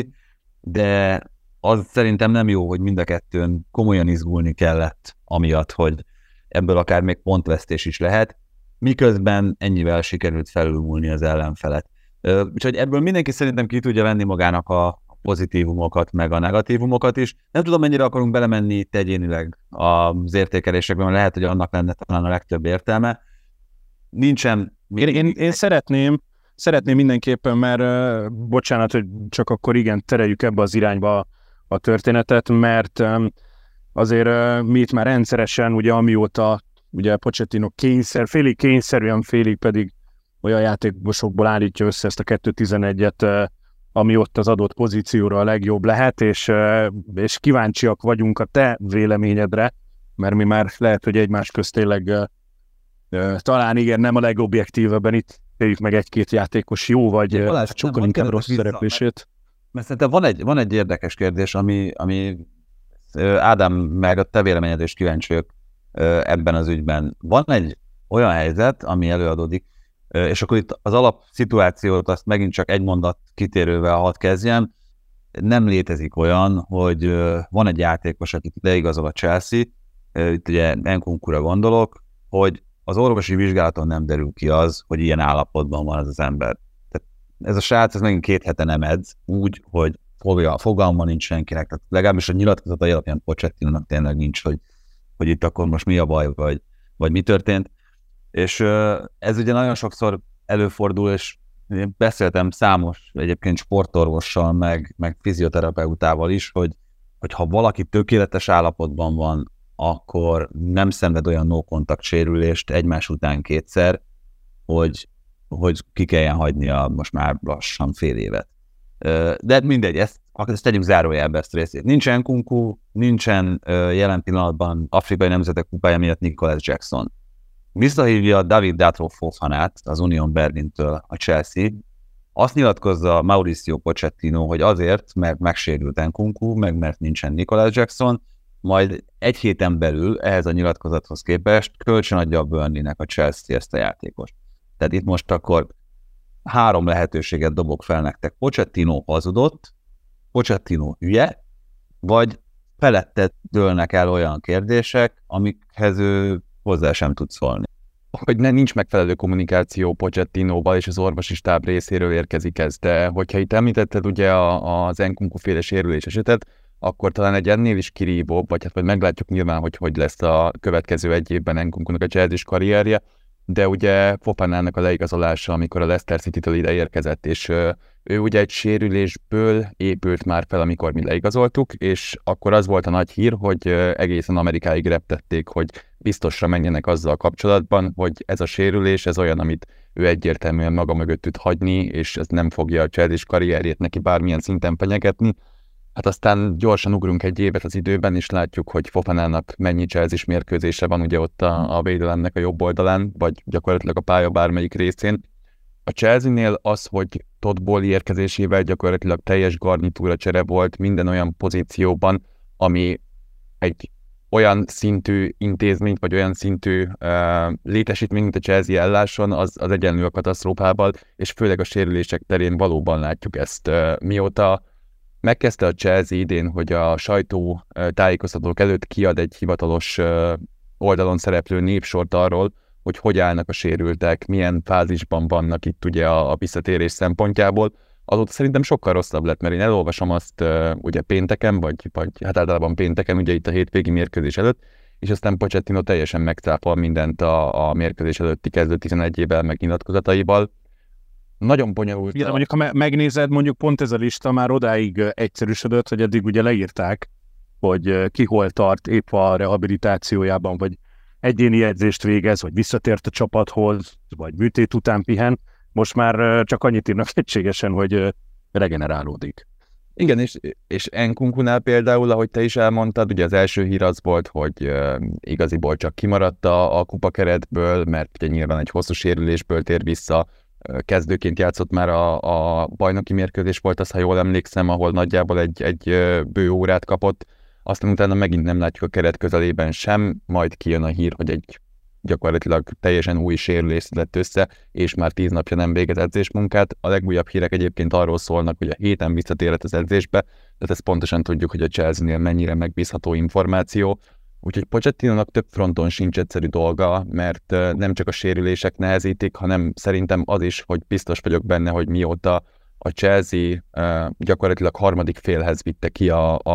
de az szerintem nem jó, hogy mind a kettőn komolyan izgulni kellett, amiatt, hogy ebből akár még pontvesztés is lehet, miközben ennyivel sikerült felülmúlni az ellenfelet. Úgyhogy ebből mindenki szerintem ki tudja venni magának a pozitívumokat, meg a negatívumokat is. Nem tudom, mennyire akarunk belemenni itt egyénileg az értékelésekben, mert lehet, hogy annak lenne talán a legtöbb értelme. Nincsen... Én szeretném mindenképpen, mert bocsánat, hogy csak akkor igen, tereljük ebbe az irányba a történetet, mert azért mi itt már rendszeresen, ugye amióta ugye Pochettino félig kényszerűen, félig pedig olyan játékosokból állítja össze ezt a 2-11-et, ami ott az adott pozícióra a legjobb lehet, és kíváncsiak vagyunk a te véleményedre, mert mi már lehet, hogy egymás közt tényleg talán igen, nem a legobjektívebben itt éljük meg egy-két játékos jó, vagy sokkal inkább rossz szereplését. Mert szerintem van egy érdekes kérdés, ami Ádám, meg a te véleményed is kíváncsi vagyok ebben az ügyben. Van egy olyan helyzet, ami előadódik, és akkor itt az alapszituációt azt megint csak egy mondat kitérővel hadd kezdjem. Nem létezik olyan, hogy van egy játékos, akit leigazol a Chelsea, itt ugye Nkunkura gondolok, hogy az orvosi vizsgálaton nem derül ki az, hogy ilyen állapotban van az ember. Tehát ez a srác, ez megint 2 hete nem edz, úgy, hogy fogalma nincs senkinek, tehát legalábbis a nyilatkozatai alapján Pochettinónak tényleg nincs, hogy itt akkor most mi a baj, vagy mi történt. És ez ugye nagyon sokszor előfordul, és én beszéltem számos egyébként sportorvossal, meg fizioterapeutával is, hogy ha valaki tökéletes állapotban van, akkor nem szenved olyan no-contact sérülést egymás után 2-szer, hogy ki kelljen hagynia most már lassan fél évet. De mindegy, ezt tegyünk zárójelbe ezt a részét. Nincsen Nkunku, nincsen jelen pillanatban Afrikai Nemzetek Kupája miatt Nicolas Jackson. Visszahívja David Datro Fofanát az Union Berlintől a Chelsea. Azt nyilatkozza Mauricio Pochettino, hogy azért, mert megsérült Nkunku, meg mert nincsen Nicolas Jackson, majd egy héten belül ehhez a nyilatkozathoz képest kölcsönadja a Burnleynek a Chelsea ezt a játékost. Tehát itt most akkor 3 lehetőséget dobok fel nektek. Pochettino hazudott, Pochettino hülye, vagy feletted dőlnek el olyan kérdések, amikhez ő hozzá sem tud szólni. Hogy nincs megfelelő kommunikáció Pochettinóval és az orvosi stáb részéről érkezik ez, de hogyha itt említetted ugye az Nkunku féle sérülés esetet, akkor talán egy ennél is kirívóbb, vagy hát majd meglátjuk nyilván, hogy lesz a következő egy évben Nkunkunak a Chelsea karrierje, de ugye Fofanának a leigazolása, amikor a Leicester City-től ide érkezett, és ő ugye egy sérülésből épült már fel, amikor mi leigazoltuk, és akkor az volt a nagy hír, hogy egészen Amerikáig reptették, hogy biztosra menjenek azzal kapcsolatban, hogy ez a sérülés, ez olyan, amit ő egyértelműen maga mögött tud hagyni, és ez nem fogja a Chelsea karrierjét neki bármilyen szinten fenyegetni. Hát aztán gyorsan ugrunk egy évet az időben, és látjuk, hogy Fofanának mennyi Chelsea-s mérkőzése van ugye ott a védelemnek a jobb oldalán, vagy gyakorlatilag a pálya bármelyik részén. A Chelsea-nél az, hogy Todd Boehly érkezésével gyakorlatilag teljes garnitúra csere volt minden olyan pozícióban, ami egy olyan szintű intézményt, vagy olyan szintű létesítményt, mint a Chelsea ellásson, az egyenlő a katasztrófával, és főleg a sérülések terén valóban látjuk ezt. Mióta megkezdte a Chelsea idén, hogy a sajtó tájékoztatók előtt kiad egy hivatalos oldalon szereplő népsort arról, hogy állnak a sérültek, milyen fázisban vannak itt ugye a visszatérés szempontjából, azóta szerintem sokkal rosszabb lett, mert én elolvasom azt ugye pénteken, vagy hát általában pénteken, ugye itt a hétvégi mérkőzés előtt, és aztán Pochettino teljesen megcápol mindent a mérkőzés előtti kezdő 11-ével, meg nyilatkozataival. Nagyon bonyolult. Igen, mondjuk ha megnézed, mondjuk pont ez a lista már odáig egyszerűsödött, hogy eddig ugye leírták, hogy ki hol tart épp a rehabilitációjában, vagy egyéni edzést végez, vagy visszatért a csapathoz, vagy műtét után pihen. Most már csak annyit írnak egységesen, hogy regenerálódik. Igen, és Nkunkunál például, ahogy te is elmondtad, ugye az első hír az volt, hogy igaziból csak kimaradt a kupakeretből, mert ugye nyilván egy hosszú sérülésből tér vissza, kezdőként játszott már a bajnoki mérkőzés volt, az, ha jól emlékszem, ahol nagyjából egy bő órát kapott, aztán utána megint nem látjuk a keret közelében sem, majd kijön a hír, hogy egy gyakorlatilag teljesen új sérülés szedett össze, és már 10 napja nem végez edzésmunkát. A legújabb hírek egyébként arról szólnak, hogy a héten visszatérhet az edzésbe, tehát ezt pontosan tudjuk, hogy a Chelsea-nél mennyire megbízható információ. Úgyhogy Pochettinónak több fronton sincs egyszerű dolga, mert nem csak a sérülések nehezítik, hanem szerintem az is, hogy biztos vagyok benne, hogy mióta a Chelsea gyakorlatilag harmadik félhez vitte ki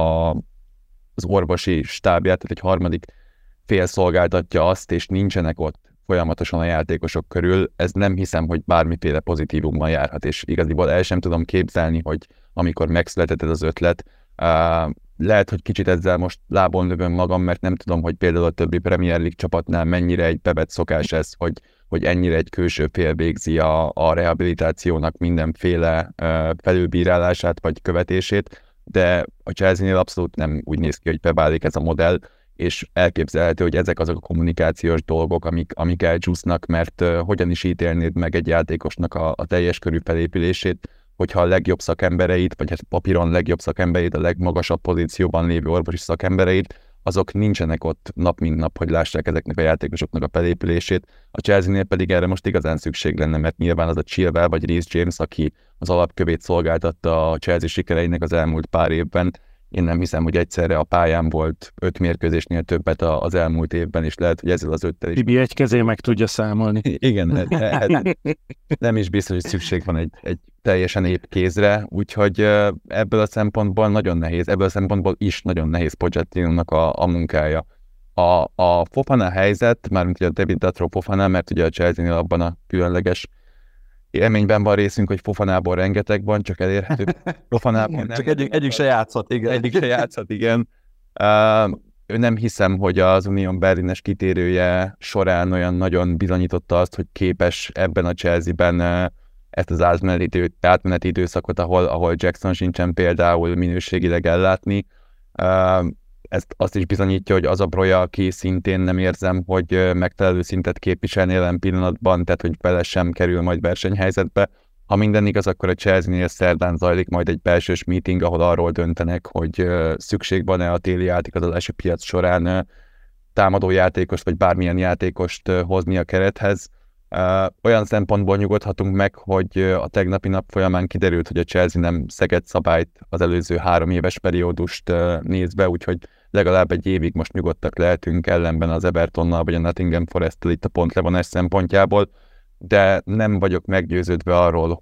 az orvosi stábját, tehát egy harmadik fél szolgáltatja azt, és nincsenek ott folyamatosan a játékosok körül, ez nem hiszem, hogy bármiféle pozitívummal járhat, és igaziból el sem tudom képzelni, hogy amikor megszületett ez az ötlet, lehet, hogy kicsit ezzel most lábon lövöm magam, mert nem tudom, hogy például a többi Premier League csapatnál mennyire egy bevett szokás ez, hogy ennyire egy külső fél végzi a rehabilitációnak mindenféle felülbírálását vagy követését, de a Chelsea-nél abszolút nem úgy néz ki, hogy beválik ez a modell, és elképzelhető, hogy ezek azok a kommunikációs dolgok, amik elcsúsznak, mert hogyan is ítélnéd meg egy játékosnak a teljes körű felépülését, hogyha a legjobb szakembereit, vagy hát papíron legjobb szakembereit, a legmagasabb pozícióban lévő orvosi szakembereit, azok nincsenek ott nap mint nap, hogy lássák ezeknek a játékosoknak a felépülését. A Chelsea-nél pedig erre most igazán szükség lenne, mert nyilván az a Chilwell vagy Reece James, aki az alapkövét szolgáltatta a Chelsea sikereinek az elmúlt pár évben, én nem hiszem, hogy egyszerre a pályán volt 5 mérkőzésnél többet az elmúlt évben, és lehet, hogy ezzel az 5-tel is... Tibi egy kezén meg tudja számolni. Igen, nem is biztos, hogy szükség van egy teljesen épp kézre, úgyhogy ebből a szempontból nagyon nehéz Pochettinónak a munkája. A Fofana helyzet, mármint ugye a David Datro Fofana, mert ugye a Chelsea-nél abban a különleges élményben van részünk, hogy Fofanából rengeteg van, csak elérhető. Fofanából nem. Csak egyik se játszott, igen. Egyik se játszott, igen. Ő nem hiszem, hogy az Unión Berlines kitérője során olyan nagyon bizonyította azt, hogy képes ebben a Chelsea-ben ezt az átmeneti időszakot, ahol Jackson sincsen például minőségileg ellátni. Azt is bizonyítja, hogy az a Broja, aki szintén nem érzem, hogy megfelelő szintet képviselni jelen pillanatban, tehát hogy bele sem kerül majd versenyhelyzetbe. Ha minden igaz, akkor a Chelsea-nél szerdán zajlik majd egy belsős meeting, ahol arról döntenek, hogy szükség van-e a téli átigazolási piac során támadó játékost, vagy bármilyen játékost hozni a kerethez. Olyan szempontból nyugodhatunk meg, hogy a tegnapi nap folyamán kiderült, hogy a Chelsea nem szegett szabályt az előző 3 éves periódust nézve, úgyhogy legalább egy évig most nyugodtak lehetünk, ellenben az Evertonnal vagy a Nottingham Forest-tel itt a pontlevonás szempontjából, de nem vagyok meggyőződve arról,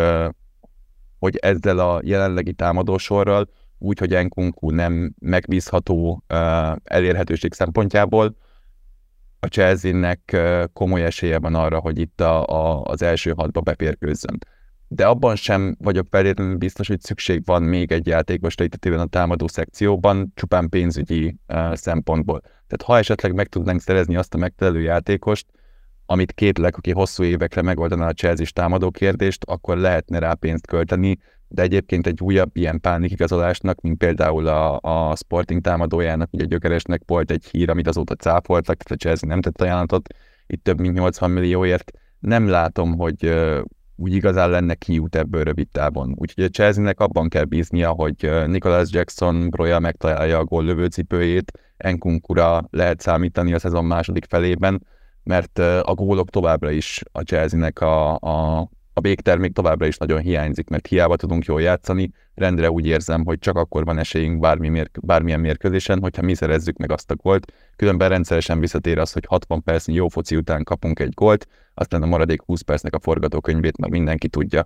hogy ezzel a jelenlegi támadósorral, úgy, hogy Nkunku nem megbízható elérhetőség szempontjából, a Chelsea-nek komoly esélye van arra, hogy itt az első 6-ba beférkőzzön. De abban sem vagyok feltétlenül biztos, hogy szükség van még egy játékosra itt a támadó szekcióban, csupán pénzügyi szempontból. Tehát ha esetleg meg tudnánk szerezni azt a megfelelő játékost, amit kétlek, aki hosszú évekre megoldaná a Chelsea-s támadó kérdést, akkor lehetne rá pénzt költeni, de egyébként egy újabb ilyen pánikigazolásnak, mint például a Sporting támadójának, ugye Gyökeresnek volt egy hír, amit azóta cáfoltak, tehát a Chelsea nem tett ajánlatot, itt több mint 80 millióért. Nem látom, hogy úgy igazán lenne kiút ebből rövid távon. Úgyhogy a Chelsea-nek abban kell bíznia, hogy Nicholas Jackson Broja megtalálja a góllövő cipőjét, Nkunkura lehet számítani a szezon második felében, mert a gólok továbbra is a Chelsea-nek a végtermék továbbra is nagyon hiányzik, mert hiába tudunk jól játszani, rendre úgy érzem, hogy csak akkor van esélyünk bármilyen mérkőzésen, hogyha mi szerezzük meg azt a gólt. Különben rendszeresen visszatér az, hogy 60 percnyi jó foci után kapunk egy gólt, aztán a maradék 20 percnek a forgatókönyvét meg mindenki tudja.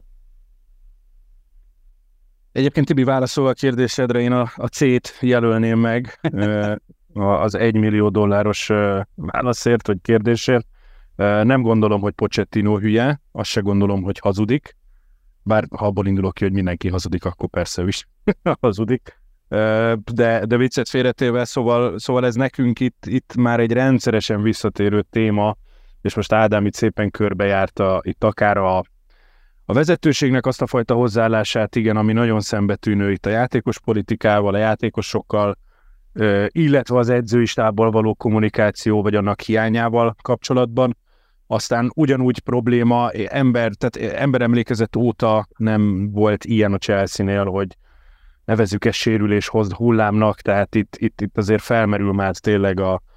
Egyébként Tibi, válaszolva a kérdésedre, én a C-t jelölném meg az $1 millió válaszért, vagy kérdésért. Nem gondolom, hogy Pochettino hülye, azt se gondolom, hogy hazudik. Bár ha abból indulok ki, hogy mindenki hazudik, akkor persze ő is hazudik. De viccet félretéve, szóval ez nekünk itt már egy rendszeresen visszatérő téma, és most Ádám itt szépen körbejárta itt akár a vezetőségnek azt a fajta hozzáállását, igen, ami nagyon szembetűnő itt a játékos politikával, a játékosokkal, illetve az edzői stábbal való kommunikáció, vagy annak hiányával kapcsolatban. Aztán ugyanúgy probléma, emberemlékezet óta nem volt ilyen a Chelsea-nél, hogy nevezzük ezt sérüléshoz hullámnak, tehát itt azért felmerül már tényleg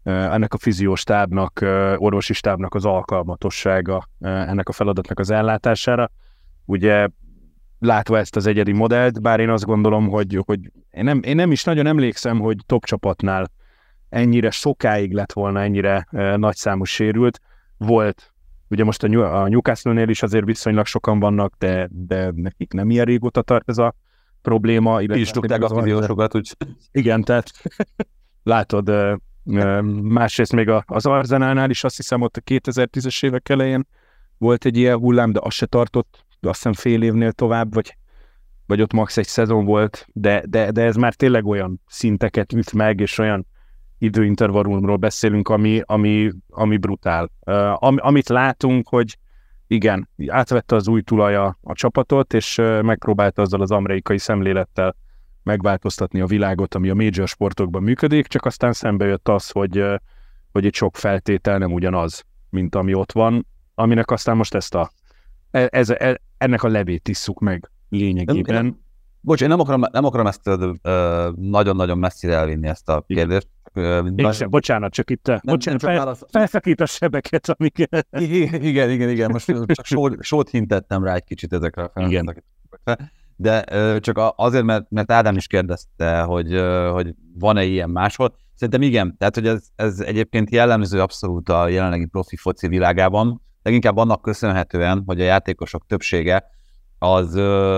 ennek a fizióstábnak, orvosi stábnak az alkalmatossága ennek a feladatnak az ellátására. Ugye látva ezt az egyedi modellt, bár én azt gondolom, hogy én nem is nagyon emlékszem, hogy top csapatnál ennyire sokáig lett volna ennyire nagyszámú sérült. Volt, ugye most a Newcastle-nél is azért viszonylag sokan vannak, de nekik nem ilyen régóta tart ez a probléma. Ki is tudták a fiziósokat, úgy. Igen, tehát látod, másrészt még az Arsenalnál is azt hiszem ott a 2010-es évek elején volt egy ilyen hullám, de az se tartott, azt hiszem fél évnél tovább, vagy ott max. Egy szezon volt, de ez már tényleg olyan szinteket üt meg, és olyan időintervallumról beszélünk, ami brutál. Amit látunk, hogy igen, átvette az új tulaja a csapatot, és megpróbálta azzal az amerikai szemlélettel megváltoztatni a világot, ami a major sportokban működik, csak aztán szembe jött az, hogy itt sok feltétel nem ugyanaz, mint ami ott van, aminek aztán most ennek a levét isszuk meg lényegében. Bocs, én nem akarom ezt nagyon-nagyon messzire elvinni ezt a kérdést. Bocsánat, csak itt felszakít a sebeket, amiket... Igen, most csak sót hintettem rá egy kicsit ezekre a felszakításokra. De csak azért, mert Ádám is kérdezte, hogy van-e ilyen máshol. Szerintem igen, tehát hogy ez egyébként jellemző abszolút a jelenlegi profi foci világában, leginkább annak köszönhetően, hogy a játékosok többsége az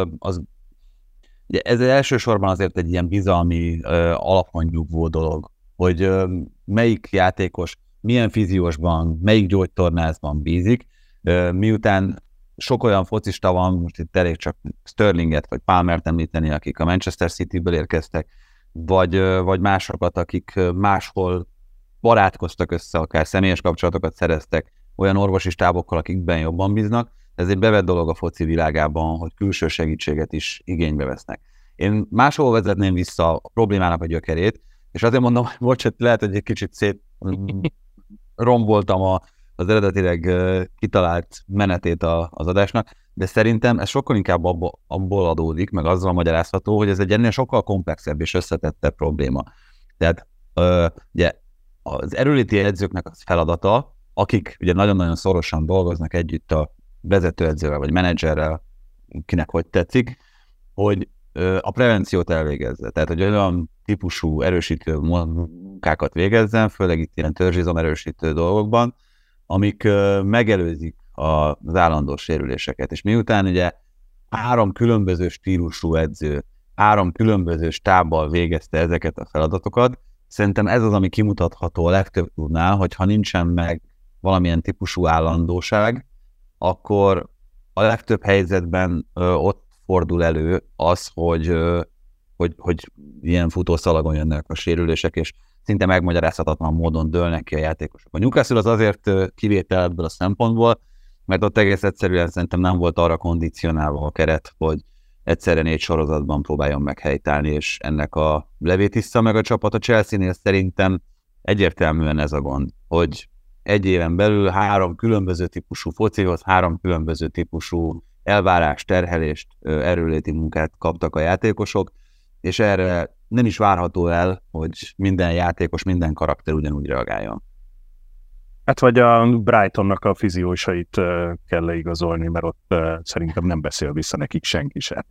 ugye ez elsősorban azért egy ilyen bizalmi alapanyugvó dolog, hogy melyik játékos milyen fiziósban, melyik gyógytornászban bízik, miután sok olyan focista van, most itt elég csak Sterlinget vagy Palmert említeni, akik a Manchester Cityből érkeztek, vagy másokat, akik máshol barátkoztak össze, akár személyes kapcsolatokat szereztek olyan orvosi stábokkal, akikben jobban bíznak. Ez egy bevett dolog a foci világában, hogy külső segítséget is igénybe vesznek. Én máshol vezetném vissza a problémának a gyökerét, és azért mondom, hogy bocsánat, lehet, hogy egy kicsit szép romboltam az eredetileg kitalált menetét az adásnak, de szerintem ez sokkal inkább abból adódik, meg azzal magyarázható, hogy ez egy ennél sokkal komplexebb és összetettebb probléma. Tehát ugye az erőléti edzőknek a feladata, akik ugye nagyon-nagyon szorosan dolgoznak együtt a vezetőedzővel vagy menedzserrel, kinek hogy tetszik, hogy a prevenciót elvégezze. Tehát, hogy olyan típusú erősítő munkákat végezzen, főleg itt ilyen törzsizom erősítő dolgokban, amik megelőzik az állandó sérüléseket. És miután ugye 3 különböző stílusú edző, 3 különböző stábbal végezte ezeket a feladatokat, szerintem ez az, ami kimutatható a legtöbb klubnál, hogyha nincsen meg valamilyen típusú állandóság, akkor a legtöbb helyzetben ott fordul elő az, hogy ilyen futószalagon jönnek a sérülések, és szinte megmagyarázhatatlan módon dőlnek ki a játékosok. A Newcastle az azért kivétel ebből a szempontból, mert ott egész egyszerűen szerintem nem volt arra kondicionálva a keret, hogy egyszerre 4 sorozatban próbáljon meghelytállni, és ennek a levét iszza meg a csapat. A Chelsea-nél szerintem egyértelműen ez a gond, hogy egy éven belül 3 különböző típusú focihoz, 3 különböző típusú elvárást, terhelést, erőléti munkát kaptak a játékosok, és erre nem is várható el, hogy minden játékos, minden karakter ugyanúgy reagáljon. Hát vagy a Brightonnak a fiziósait kell leigazolni, mert ott szerintem nem beszél vissza nekik senki sem.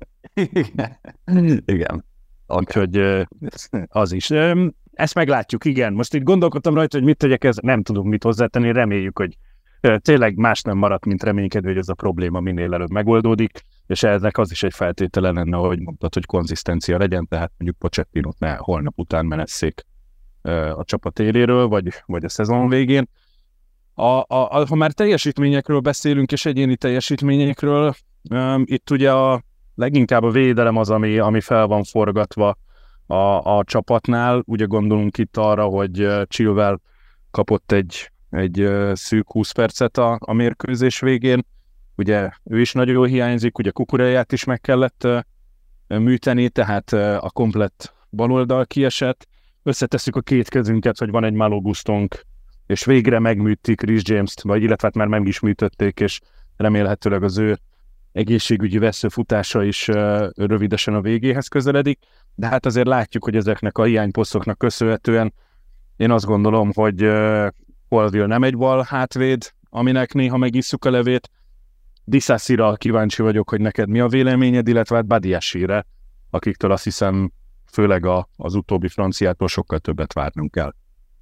Igen. Úgyhogy az is. Ezt meglátjuk, igen. Most itt gondolkodtam rajta, hogy mit tegyek, ez nem tudunk mit hozzátenni, reméljük, hogy tényleg más nem maradt, mint reménykedő, hogy ez a probléma minél előbb megoldódik, és ennek az is egy feltétele lenne, hogy mondtad, hogy konzisztencia legyen, tehát mondjuk Pochettinót ne holnap után menesszék a csapat éléről, vagy a szezon végén. Ha már teljesítményekről beszélünk, és egyéni teljesítményekről, itt ugye leginkább a védelem az, ami fel van forgatva a csapatnál. Ugye gondolunk itt arra, hogy Chilwell kapott egy szűk 20 percet a mérkőzés végén. Ugye ő is nagyon jól hiányzik, ugye Kukureját is meg kellett műteni, tehát a komplett baloldal kiesett. Összetesszük a 2 kezünket, hogy van egy Malo Gustónk, és végre megműtik Reece James-t, vagy illetve hát már meg is műtötték, és remélhetőleg az ő egészségügyi veszőfutása is rövidesen a végéhez közeledik. De hát azért látjuk, hogy ezeknek a hiányposztoknak köszönhetően Én azt gondolom, hogy Colville nem egy bal hátvéd, aminek néha megisszuk a levét. Disasi-ra kíváncsi vagyok, hogy neked mi a véleményed, illetve hát Badiashile, akiktől azt hiszem főleg az utóbbi franciától sokkal többet várnunk kell.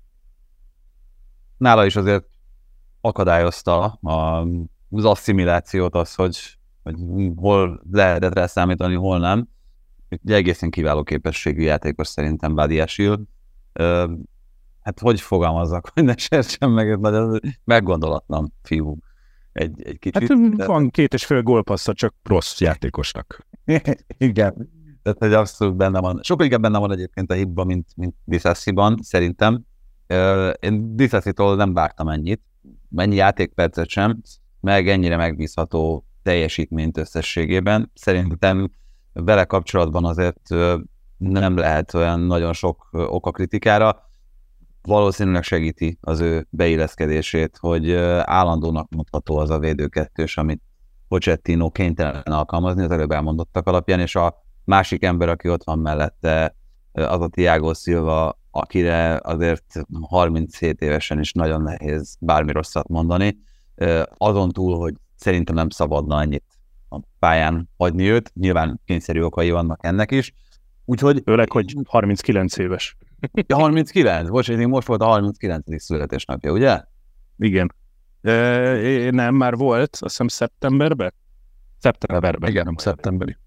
Nála is azért akadályozta az asszimilációt az, hogy hol lehetett rá számítani, hol nem. Egy egészen kiváló képességű játékos szerintem Badiashile. Hát hogy fogalmazzak, hogy ne sértsem meg, ez nagyon meggondolatlan fiú. Egy kicsit. Hát van 2,5 gólpassza, csak rossz játékosnak. Igen. Tehát, hogy abszolút benne van. Sokkal inkább benne van egyébként a hibban, mint Disasi-ban, szerintem. Én Disasi-tól nem vártam ennyi játékpercet sem, meg ennyire megbízható teljesítményt összességében. Szerintem vele kapcsolatban azért nem lehet olyan nagyon sok oka kritikára. Valószínűleg segíti az ő beilleszkedését, hogy állandónak mondható az a védőkettős, amit Pochettino kénytelen alkalmazni az előbb elmondottak alapján, és a másik ember, aki ott van mellette, az a Thiago Silva, akire azért 37 évesen is nagyon nehéz bármi rosszat mondani. Azon túl, hogy szerintem nem szabadna ennyit a pályán hagyni őt, nyilván kényszerű okai vannak ennek is. Úgyhogy... Főleg, hogy 39 éves. 39? Bocsánat, most volt a 39. születésnapja, ugye? Igen. Nem, már volt, azt hiszem szeptemberben? Szeptemberben. Igen, szeptemberi.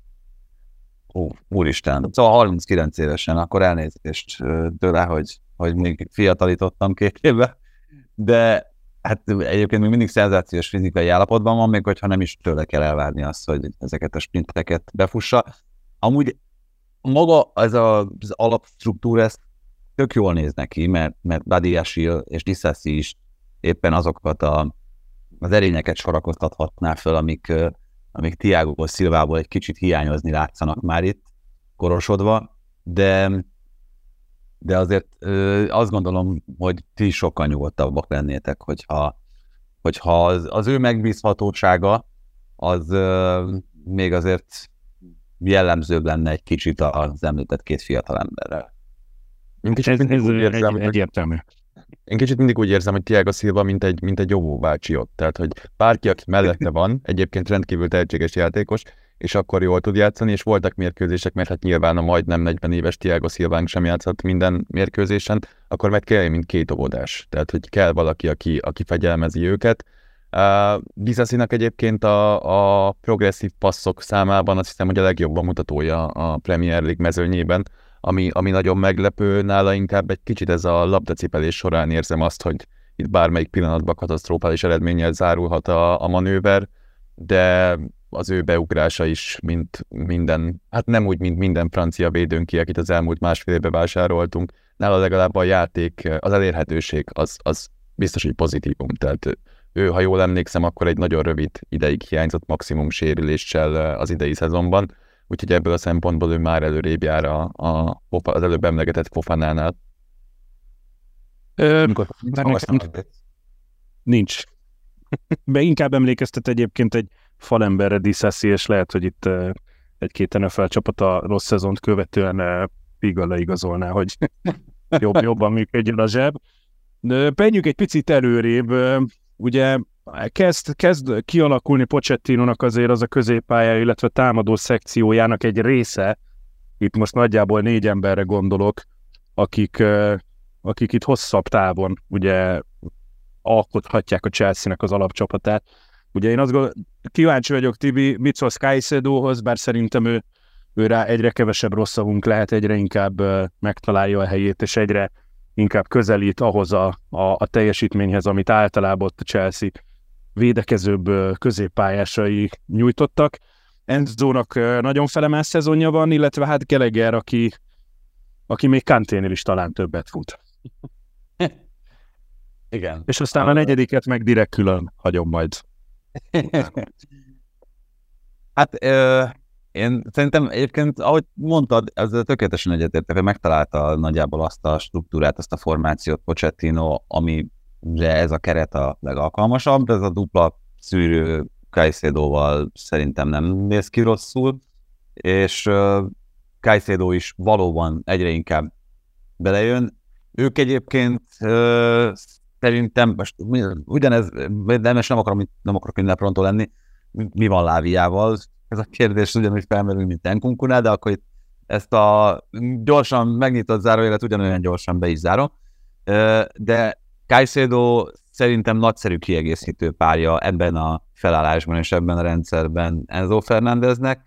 Úristen. Szóval 39 évesen, akkor elnézést tőle, hogy még fiatalítottam 2 évbe, de hát egyébként még mindig szenzációs fizikai állapotban van, még hogyha nem is tőle kell elvárni azt, hogy ezeket a sprinteket befussa. Amúgy maga ez az alapstruktúra, ez tök jól néz neki, mert Badiashile és Disasi is éppen azokat az erényeket sorakoztathatná föl, amik Thiago Silvából egy kicsit hiányozni látszanak már itt, korosodva, de azért azt gondolom, hogy ti is sokkal nyugodtabbak lennétek, hogyha az ő megbízhatósága az még azért jellemzőbb lenne egy kicsit az említett 2 fiatal emberrel. Egyértelmű. Én kicsit mindig úgy érzem, hogy Thiago Silva mint egy jó bácsi ott. Tehát, hogy bárki, aki mellette van, egyébként rendkívül tehetséges játékos, és akkor jól tud játszani, és voltak mérkőzések, mert hát nyilván a majdnem 40 éves Thiago Silvánk sem játszott minden mérkőzésen, akkor meg kell, mint 2 óvodás. Tehát, hogy kell valaki, aki fegyelmezi őket. Disasinak egyébként a progresszív passzok számában azt hiszem, hogy a legjobban mutatója a Premier League mezőnyében, ami nagyon meglepő, nála inkább egy kicsit ez a labdacipelés során érzem azt, hogy itt bármelyik pillanatban katasztrofális eredménnyel zárulhat a manőver, de az ő beugrása is, mint minden, hát nem úgy, mint minden francia védőnk ki, akit az elmúlt másfél évben vásároltunk, nála legalább a játék, az elérhetőség, az biztos, hogy pozitívum, tehát ő, ha jól emlékszem, akkor egy nagyon rövid ideig hiányzott maximum sérüléssel az idei szezonban, úgyhogy ebből a szempontból ő már előrébb jár az előbb emlegetett Fofanánál. Nincs. Be inkább emlékeztet egyébként egy falemberre Disasi, és lehet, hogy itt egy-két NFL csapat a rossz szezont követően Piga leigazolná, hogy jobban működjön a zseb. Menjünk egy picit előrébb. Ugye kezd kialakulni Pochettinónak azért az a középpálya, illetve támadó szekciójának egy része, itt most nagyjából 4 emberre gondolok, akik itt hosszabb távon ugye alkothatják a Chelsea-nek az alapcsapatát. Ugye én azt kíváncsi vagyok, Tibi, mit szólsz Caicedohoz, bár szerintem ő rá egyre kevesebb rossz szavunk lehet, egyre inkább megtalálja a helyét, és egyre inkább közelít ahhoz a teljesítményhez, amit általában a Chelsea védekezőbb középpályásai nyújtottak. Enzónak nagyon felemás szezonja van, illetve hát Gallagher, aki még Kanténél is talán többet fut. Igen. És aztán a negyediket meg direkt külön hagyom majd. Hát én szerintem egyébként, ahogy mondtad, ezzel tökéletesen egyetértek, hogy megtalálta nagyjából azt a struktúrát, azt a formációt Pochettino, amire ez a keret a legalkalmasabb, de ez a dupla szűrő Caicedoval szerintem nem néz ki rosszul, és Caicedo is valóban egyre inkább belejön. Ők egyébként szerintem, most ugyanez, de most nem akarok minden prontó lenni, mi van Láviával? Ez a kérdés ugyanúgy felmerül, mint Nkunkunál, de akkor itt ezt a gyorsan megnyitott zárójelet ugyanolyan gyorsan be is zárom. De Caicedo szerintem nagyszerű kiegészítő párja ebben a felállásban és ebben a rendszerben Enzo Fernándeznek.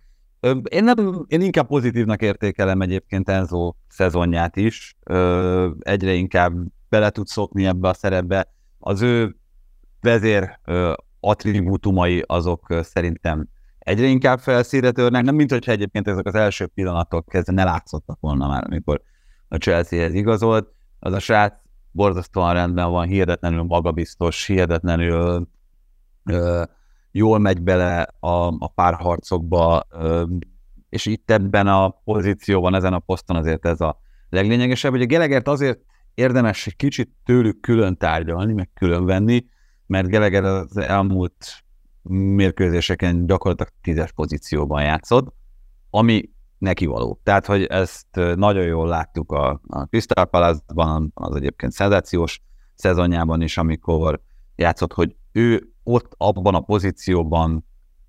Én inkább pozitívnak értékelem egyébként Enzo szezonját is. Egyre inkább bele tud szokni ebbe a szerepbe. Az ő vezér attribútumai azok szerintem egyre inkább felszínre törnek, nem mint hogyha egyébként ezek az első pillanatok kezdve ne látszottak volna már, amikor a Chelseahez igazolt. Az a srác borzasztóan rendben van, hihetetlenül magabiztos, hihetetlenül jól megy bele a párharcokba, és itt ebben a pozícióban, ezen a poszton azért ez a leglényegesebb. Ugye Gallaghert azért érdemes egy kicsit tőlük külön tárgyalni, meg külön venni, mert Gallagher az elmúlt mérkőzéseken gyakorlatilag 10-es pozícióban játszott, ami neki való. Tehát, hogy ezt nagyon jól láttuk a Crystal Palace-ban, az egyébként szenzációs szezonjában is, amikor játszott, hogy ő ott abban a pozícióban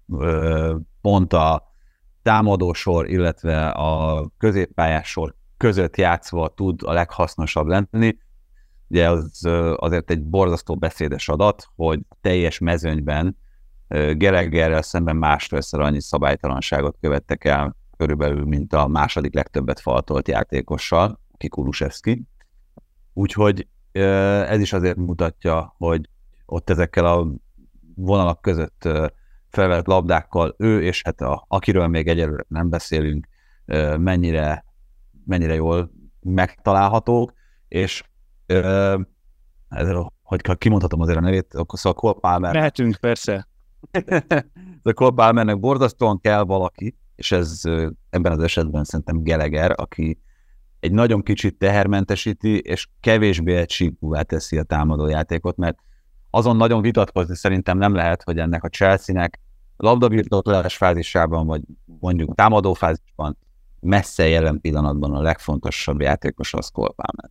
pont a támadósor, illetve a középpályásor között játszva tud a leghasznosabb lenni. Ugye az azért egy borzasztó beszédes adat, hogy teljes mezőnyben Gallagherrel szemben másfélszer annyi szabálytalanságot követtek el körülbelül, mint a második legtöbbet faltolt játékossal, aki Kulusevski. Úgyhogy ez is azért mutatja, hogy ott ezekkel a vonalak között felvett labdákkal ő, és hát akiről még egyelőre nem beszélünk, mennyire jól megtalálhatók, és hogy kimondhatom azért a nevét, akkor szóval Cole Palmer. Mehetünk, persze. A Cole Palmernek borzasztóan kell valaki, és ez ebben az esetben szerintem Gallagher, aki egy nagyon kicsit tehermentesíti, és kevésbé egysíkúvá teszi a támadójátékot, mert azon nagyon vitatkozni szerintem nem lehet, hogy ennek a Chelsea-nek labdabirtoklás fázisában, vagy mondjuk támadó fázisban messze jelen pillanatban a legfontosabb játékos az Cole Palmer.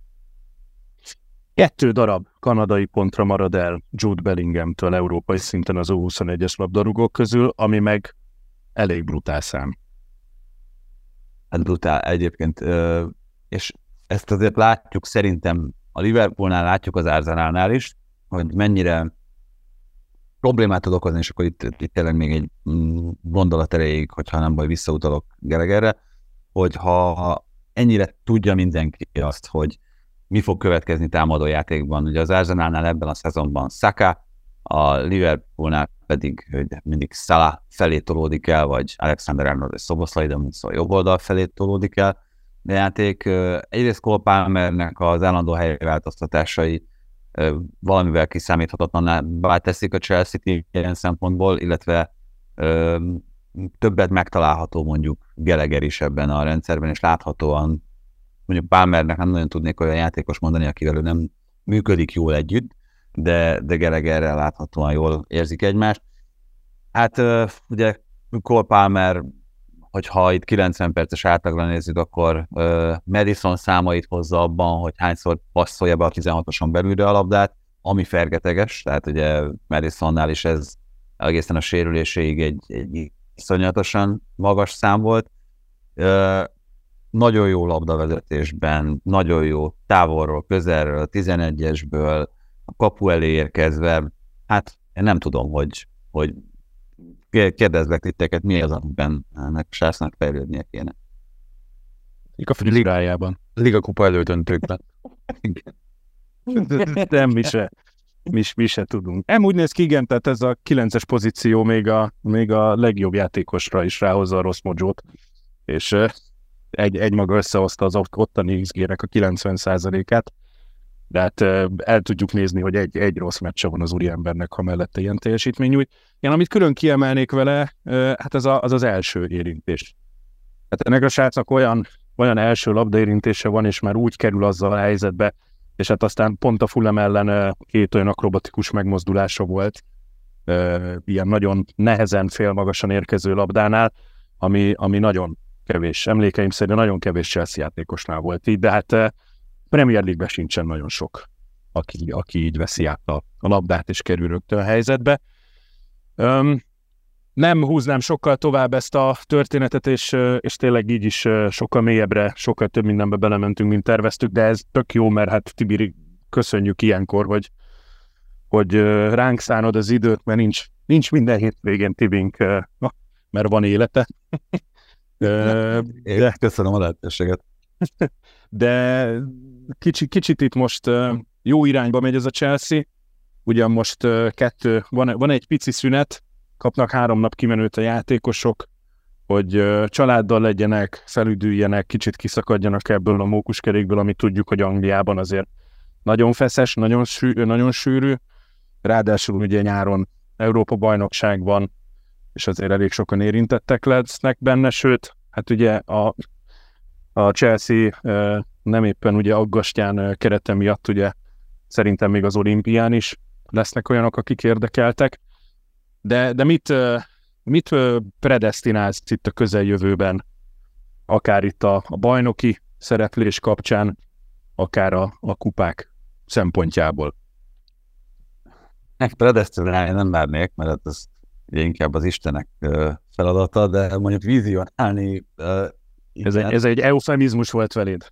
2 darab kanadai pontra marad el Jude Bellinghamtől európai szinten az U21-es labdarúgók közül, ami meg elég brutál szám. Hát brutál egyébként, és ezt azért látjuk szerintem a Liverpoolnál, látjuk az Arsenalnál is, hogy mennyire problémát tud okozni, és akkor itt tényleg még egy gondolat erejéig, hogyha nem baj, visszautalok Gallagherre, hogy ha ennyire tudja mindenki azt, hogy mi fog következni támadójátékban. Ugye az Arsenalnál ebben a szezonban Saka, a Liverpoolnál pedig mindig Salah felé tolódik el, vagy Alexander-Arnold és Szoboszlai, de szóval jobb oldal felé tolódik el a játék. Egyrészt Cole Palmernek az állandó helyváltoztatásai valamivel kiszámíthatatlanná teszik a Chelsea-t ilyen szempontból, illetve többet megtalálható mondjuk Gallagher is ebben a rendszerben, és láthatóan mondjuk Palmernek nem nagyon tudnék olyan játékos mondani, akivel ő nem működik jól együtt, de Gallagherrel láthatóan jól érzik egymást. Hát ugye Cole Palmer, hogyha itt 90 perces átlagra nézzük, akkor Madison számait hozza abban, hogy hányszor passzolja be a 16-oson belülre a labdát, ami fergeteges, tehát ugye Madisonnál is ez egészen a sérüléséig egy iszonyatosan magas szám volt. Nagyon jó labdavezetésben, nagyon jó távolról, közelről, 11-esből, a kapu elé érkezve. Hát én nem tudom, hogy kérdezlek titeket, mi az, amiben ennek a srácnak fejlődnie kéne. A frizurájában. Liga kupa elődöntőkben. Nem, mi se tudunk. Úgy néz ki, igen, tehát ez a 9-es pozíció még a legjobb játékosra is ráhozza a rossz mojót, és egy maga összehozta az ottani XG-nek a 90%-át, de hát el tudjuk nézni, hogy egy rossz meccse van az úriembernek, ha mellette ilyen teljesítmény nyújt. Én amit külön kiemelnék vele, hát az első érintés. Hát ennek a srácnak olyan első labdaérintése van, és már úgy kerül azzal a helyzetbe, és hát aztán pont a Fulham ellen 2 olyan akrobatikus megmozdulása volt, ilyen nagyon nehezen félmagasan érkező labdánál, ami nagyon kevés, emlékeim szerint nagyon kevés Chelsea játékosnál volt így, de hát Premier League-ben sincsen nagyon sok, aki így veszi át a labdát és kerül rögtön a helyzetbe. Nem húznám sokkal tovább ezt a történetet, és tényleg így is sokkal mélyebbre, sokkal több mindenbe belementünk, mint terveztük, de ez tök jó, mert hát Tibi, köszönjük ilyenkor, hogy ránk szánod az időt, mert nincs minden hétvégén Tibink, mert van élete. De köszönöm a lehetőséget. De kicsit itt most jó irányba megy ez a Chelsea. Ugyan most van egy pici szünet, kapnak 3 nap kimenőt a játékosok, hogy családdal legyenek, felüdüljenek, kicsit kiszakadjanak ebből a mókuskerékből, amit tudjuk, hogy Angliában azért nagyon feszes, nagyon sűrű. Ráadásul ugye nyáron Európa-bajnokság van, és azért elég sokan érintettek lesznek benne, sőt, hát ugye a Chelsea nem éppen ugye aggastyán kerete miatt, ugye szerintem még az olimpián is lesznek olyanok, akik érdekeltek. De mit predesztinálsz itt a közeljövőben, akár itt a bajnoki szereplés kapcsán, akár a kupák szempontjából? Predesztinálni nem várnék, mert ez inkább az Istenek feladata, de mondjuk vizionálni... Ez egy eufemizmus volt feléd.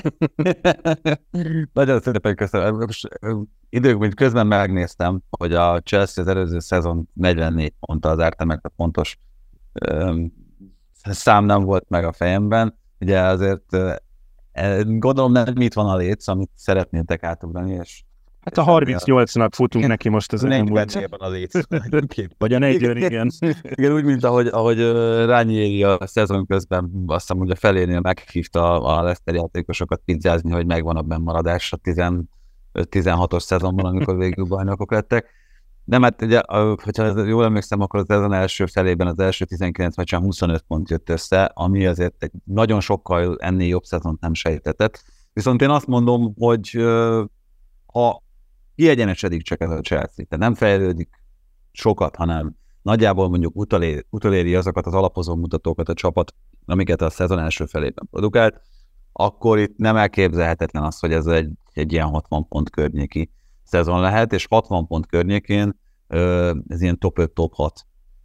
Nagyon szépen köszönöm. Most idők közben megnéztem, hogy a Chelsea az előző szezon 44 ponttal zárta meg, a pontos szám nem volt meg a fejemben. Ugye azért gondolom nem itt van a léc, amit szeretnétek átugrani, és hát a 38-nak futunk neki most az elmúlt. A léc. Vagy a 40, igen. Igen, úgy, mint ahogy Ranieri a szezon közben azt hiszem, hogy a felénél meghívta a Leicester játékosokat pizzázni, hogy megvan a bennmaradás a 16-os szezonban, amikor végül bajnokok lettek. Nem, hát ugye, hogyha jól emlékszem, akkor az szezon első felében az első 19 meccsén 25 pont jött össze, ami azért egy nagyon sokkal ennél jobb szezont nem sejtetett. Viszont én azt mondom, hogy ha kiegyenesedik csak ez a Chelsea, tehát nem fejlődik sokat, hanem nagyjából mondjuk utoléri azokat az alapozó mutatókat a csapat, amiket a szezon első felében produkált, akkor itt nem elképzelhetetlen az, hogy ez egy ilyen 60 pont környéki szezon lehet, és 60 pont környékén ez ilyen top 5, top 6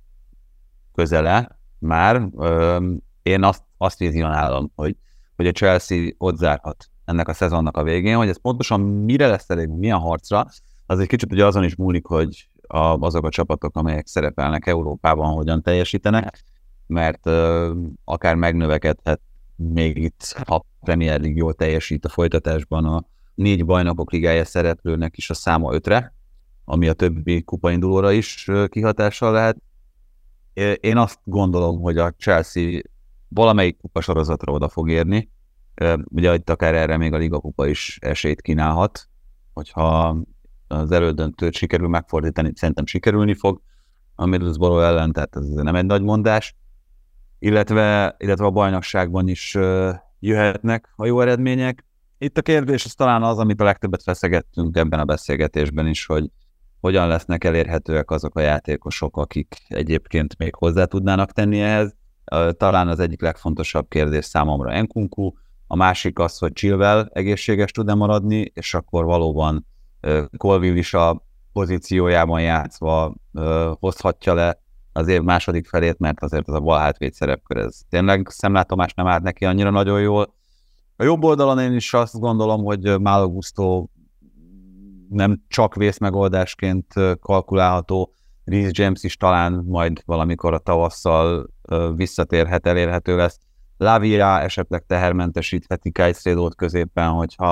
közele már. Én azt vizionálom, hogy a Chelsea ott zárhat ennek a szezonnak a végén, hogy ez pontosan mire lesz elég, milyen harcra, az egy kicsit ugye azon is múlik, hogy azok a csapatok, amelyek szerepelnek Európában, hogyan teljesítenek, mert akár megnövekedhet még itt a Premier League jól teljesít a folytatásban a 4 bajnokok ligája szereplőnek is a száma 5-re, ami a többi kupaindulóra is kihatással lehet. Én azt gondolom, hogy a Chelsea valamelyik kupasorozatra oda fog érni, ugye itt akár erre még a Liga kupa is esélyt kínálhat, hogyha az elődöntőt sikerül megfordítani, szerintem sikerülni fog a Middlesbrough ellen, tehát ez nem egy nagy mondás, illetve a bajnokságban is jöhetnek a jó eredmények. Itt a kérdés az talán az, amit a legtöbbet feszegettünk ebben a beszélgetésben is, hogy hogyan lesznek elérhetőek azok a játékosok, akik egyébként még hozzá tudnának tenni ehhez. Talán az egyik legfontosabb kérdés számomra Nkunku, a másik az, hogy Chilwell egészséges tud-e maradni, és akkor valóban Colwill is a pozíciójában játszva hozhatja le az év második felét, mert azért az a bal hátvéd szerepkör, ez tényleg szemlátomás nem állt neki annyira nagyon jól. A jobb oldalon én is azt gondolom, hogy Malo Gusto nem csak vészmegoldásként kalkulálható, Reece James is talán majd valamikor a tavasszal visszatérhet, elérhető lesz. Lavia esetleg tehermentesítheti Caicedo-t középen,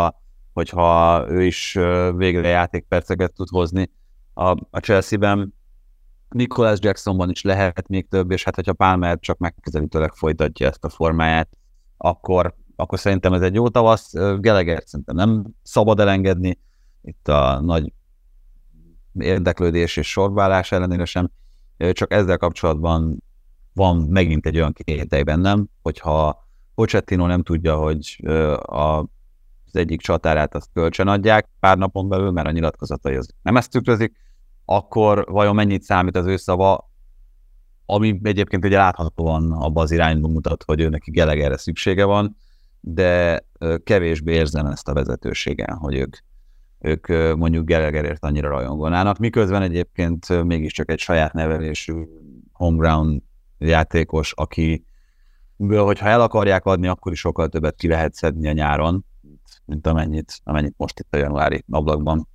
hogyha ő is végre játékperceket tud hozni a Chelsea-ben. Nicholas Jacksonban is lehet még több, és hát hogyha Palmer csak megközelítőleg folytatja ezt a formáját, akkor szerintem ez egy jó tavasz. Gallaghert szerintem nem szabad elengedni, itt a nagy érdeklődés és sorválás ellenére sem, csak ezzel kapcsolatban van megint egy olyan kételj bennem, hogyha Pochettino nem tudja, hogy az egyik csatárát azt kölcsön adják pár napon belül, mert a nyilatkozatai az nem ezt tükrözik, akkor vajon mennyit számít az ő szava, ami egyébként ugye láthatóan abban az irányban mutat, hogy ő neki Gallagherre szüksége van, de kevésbé érzem ezt a vezetőségen, hogy ők mondjuk Gallagherért annyira rajongolnának, miközben egyébként mégiscsak egy saját nevelésű homeground játékos, akiből, hogyha el akarják adni, akkor is sokkal többet ki lehet szedni a nyáron, mint amennyit most itt a januári ablakban.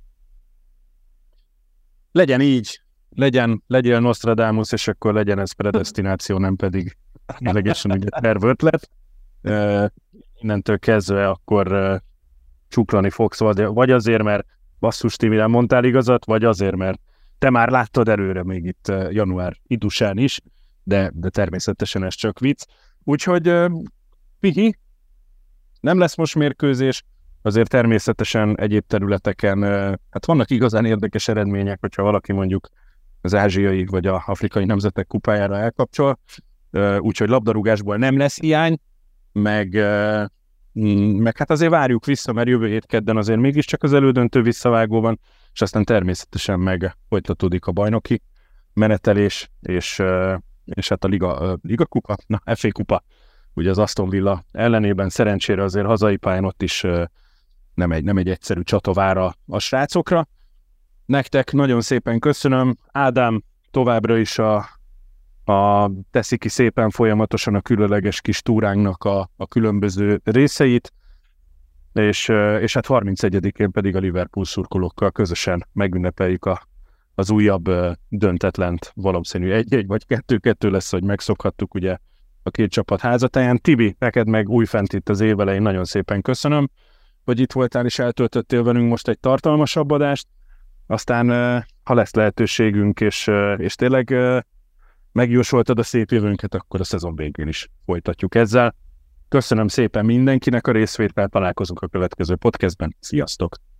Legyen így, legyél Nostradamus, és akkor legyen ez predesztináció, nem pedig elegesen ugye tervötlet. Innentől kezdve akkor csuklani fogsz, vagy azért, mert basszus Timi, mondtál igazat, vagy azért, mert te már láttad előre még itt január idusán is, de természetesen ez csak vicc. Úgyhogy Pihi, nem lesz most mérkőzés, azért természetesen egyéb területeken, hát vannak igazán érdekes eredmények, hogyha valaki mondjuk az ázsiai vagy az afrikai nemzetek kupájára elkapcsol, úgyhogy labdarúgásból nem lesz hiány, meg hát azért várjuk vissza, mert jövő hét kedden azért mégiscsak az elődöntő visszavágó van, és aztán természetesen meg folytatódik a bajnoki menetelés, és hát a Liga kupa, FA kupa, ugye az Aston Villa ellenében szerencsére azért hazai pályán ott is nem egy egyszerű csata vár a srácokra. Nektek nagyon szépen köszönöm. Ádám továbbra is teszi ki szépen folyamatosan a különleges kis túránknak a különböző részeit, és hát 31-én pedig a Liverpool szurkolókkal közösen megünnepeljük az újabb döntetlent, valószínű 1-1 vagy 2-2 lesz, hogy megszokhattuk ugye a két csapat házatáján. Tibi, neked meg újfent itt az év elején nagyon szépen köszönöm, hogy itt voltál és eltöltöttél velünk most egy tartalmasabb adást, aztán ha lesz lehetőségünk, és tényleg megjósoltad a szép jövőnket, akkor a szezon végén is folytatjuk ezzel. Köszönöm szépen mindenkinek a részvételt, találkozunk a következő podcastben. Sziasztok!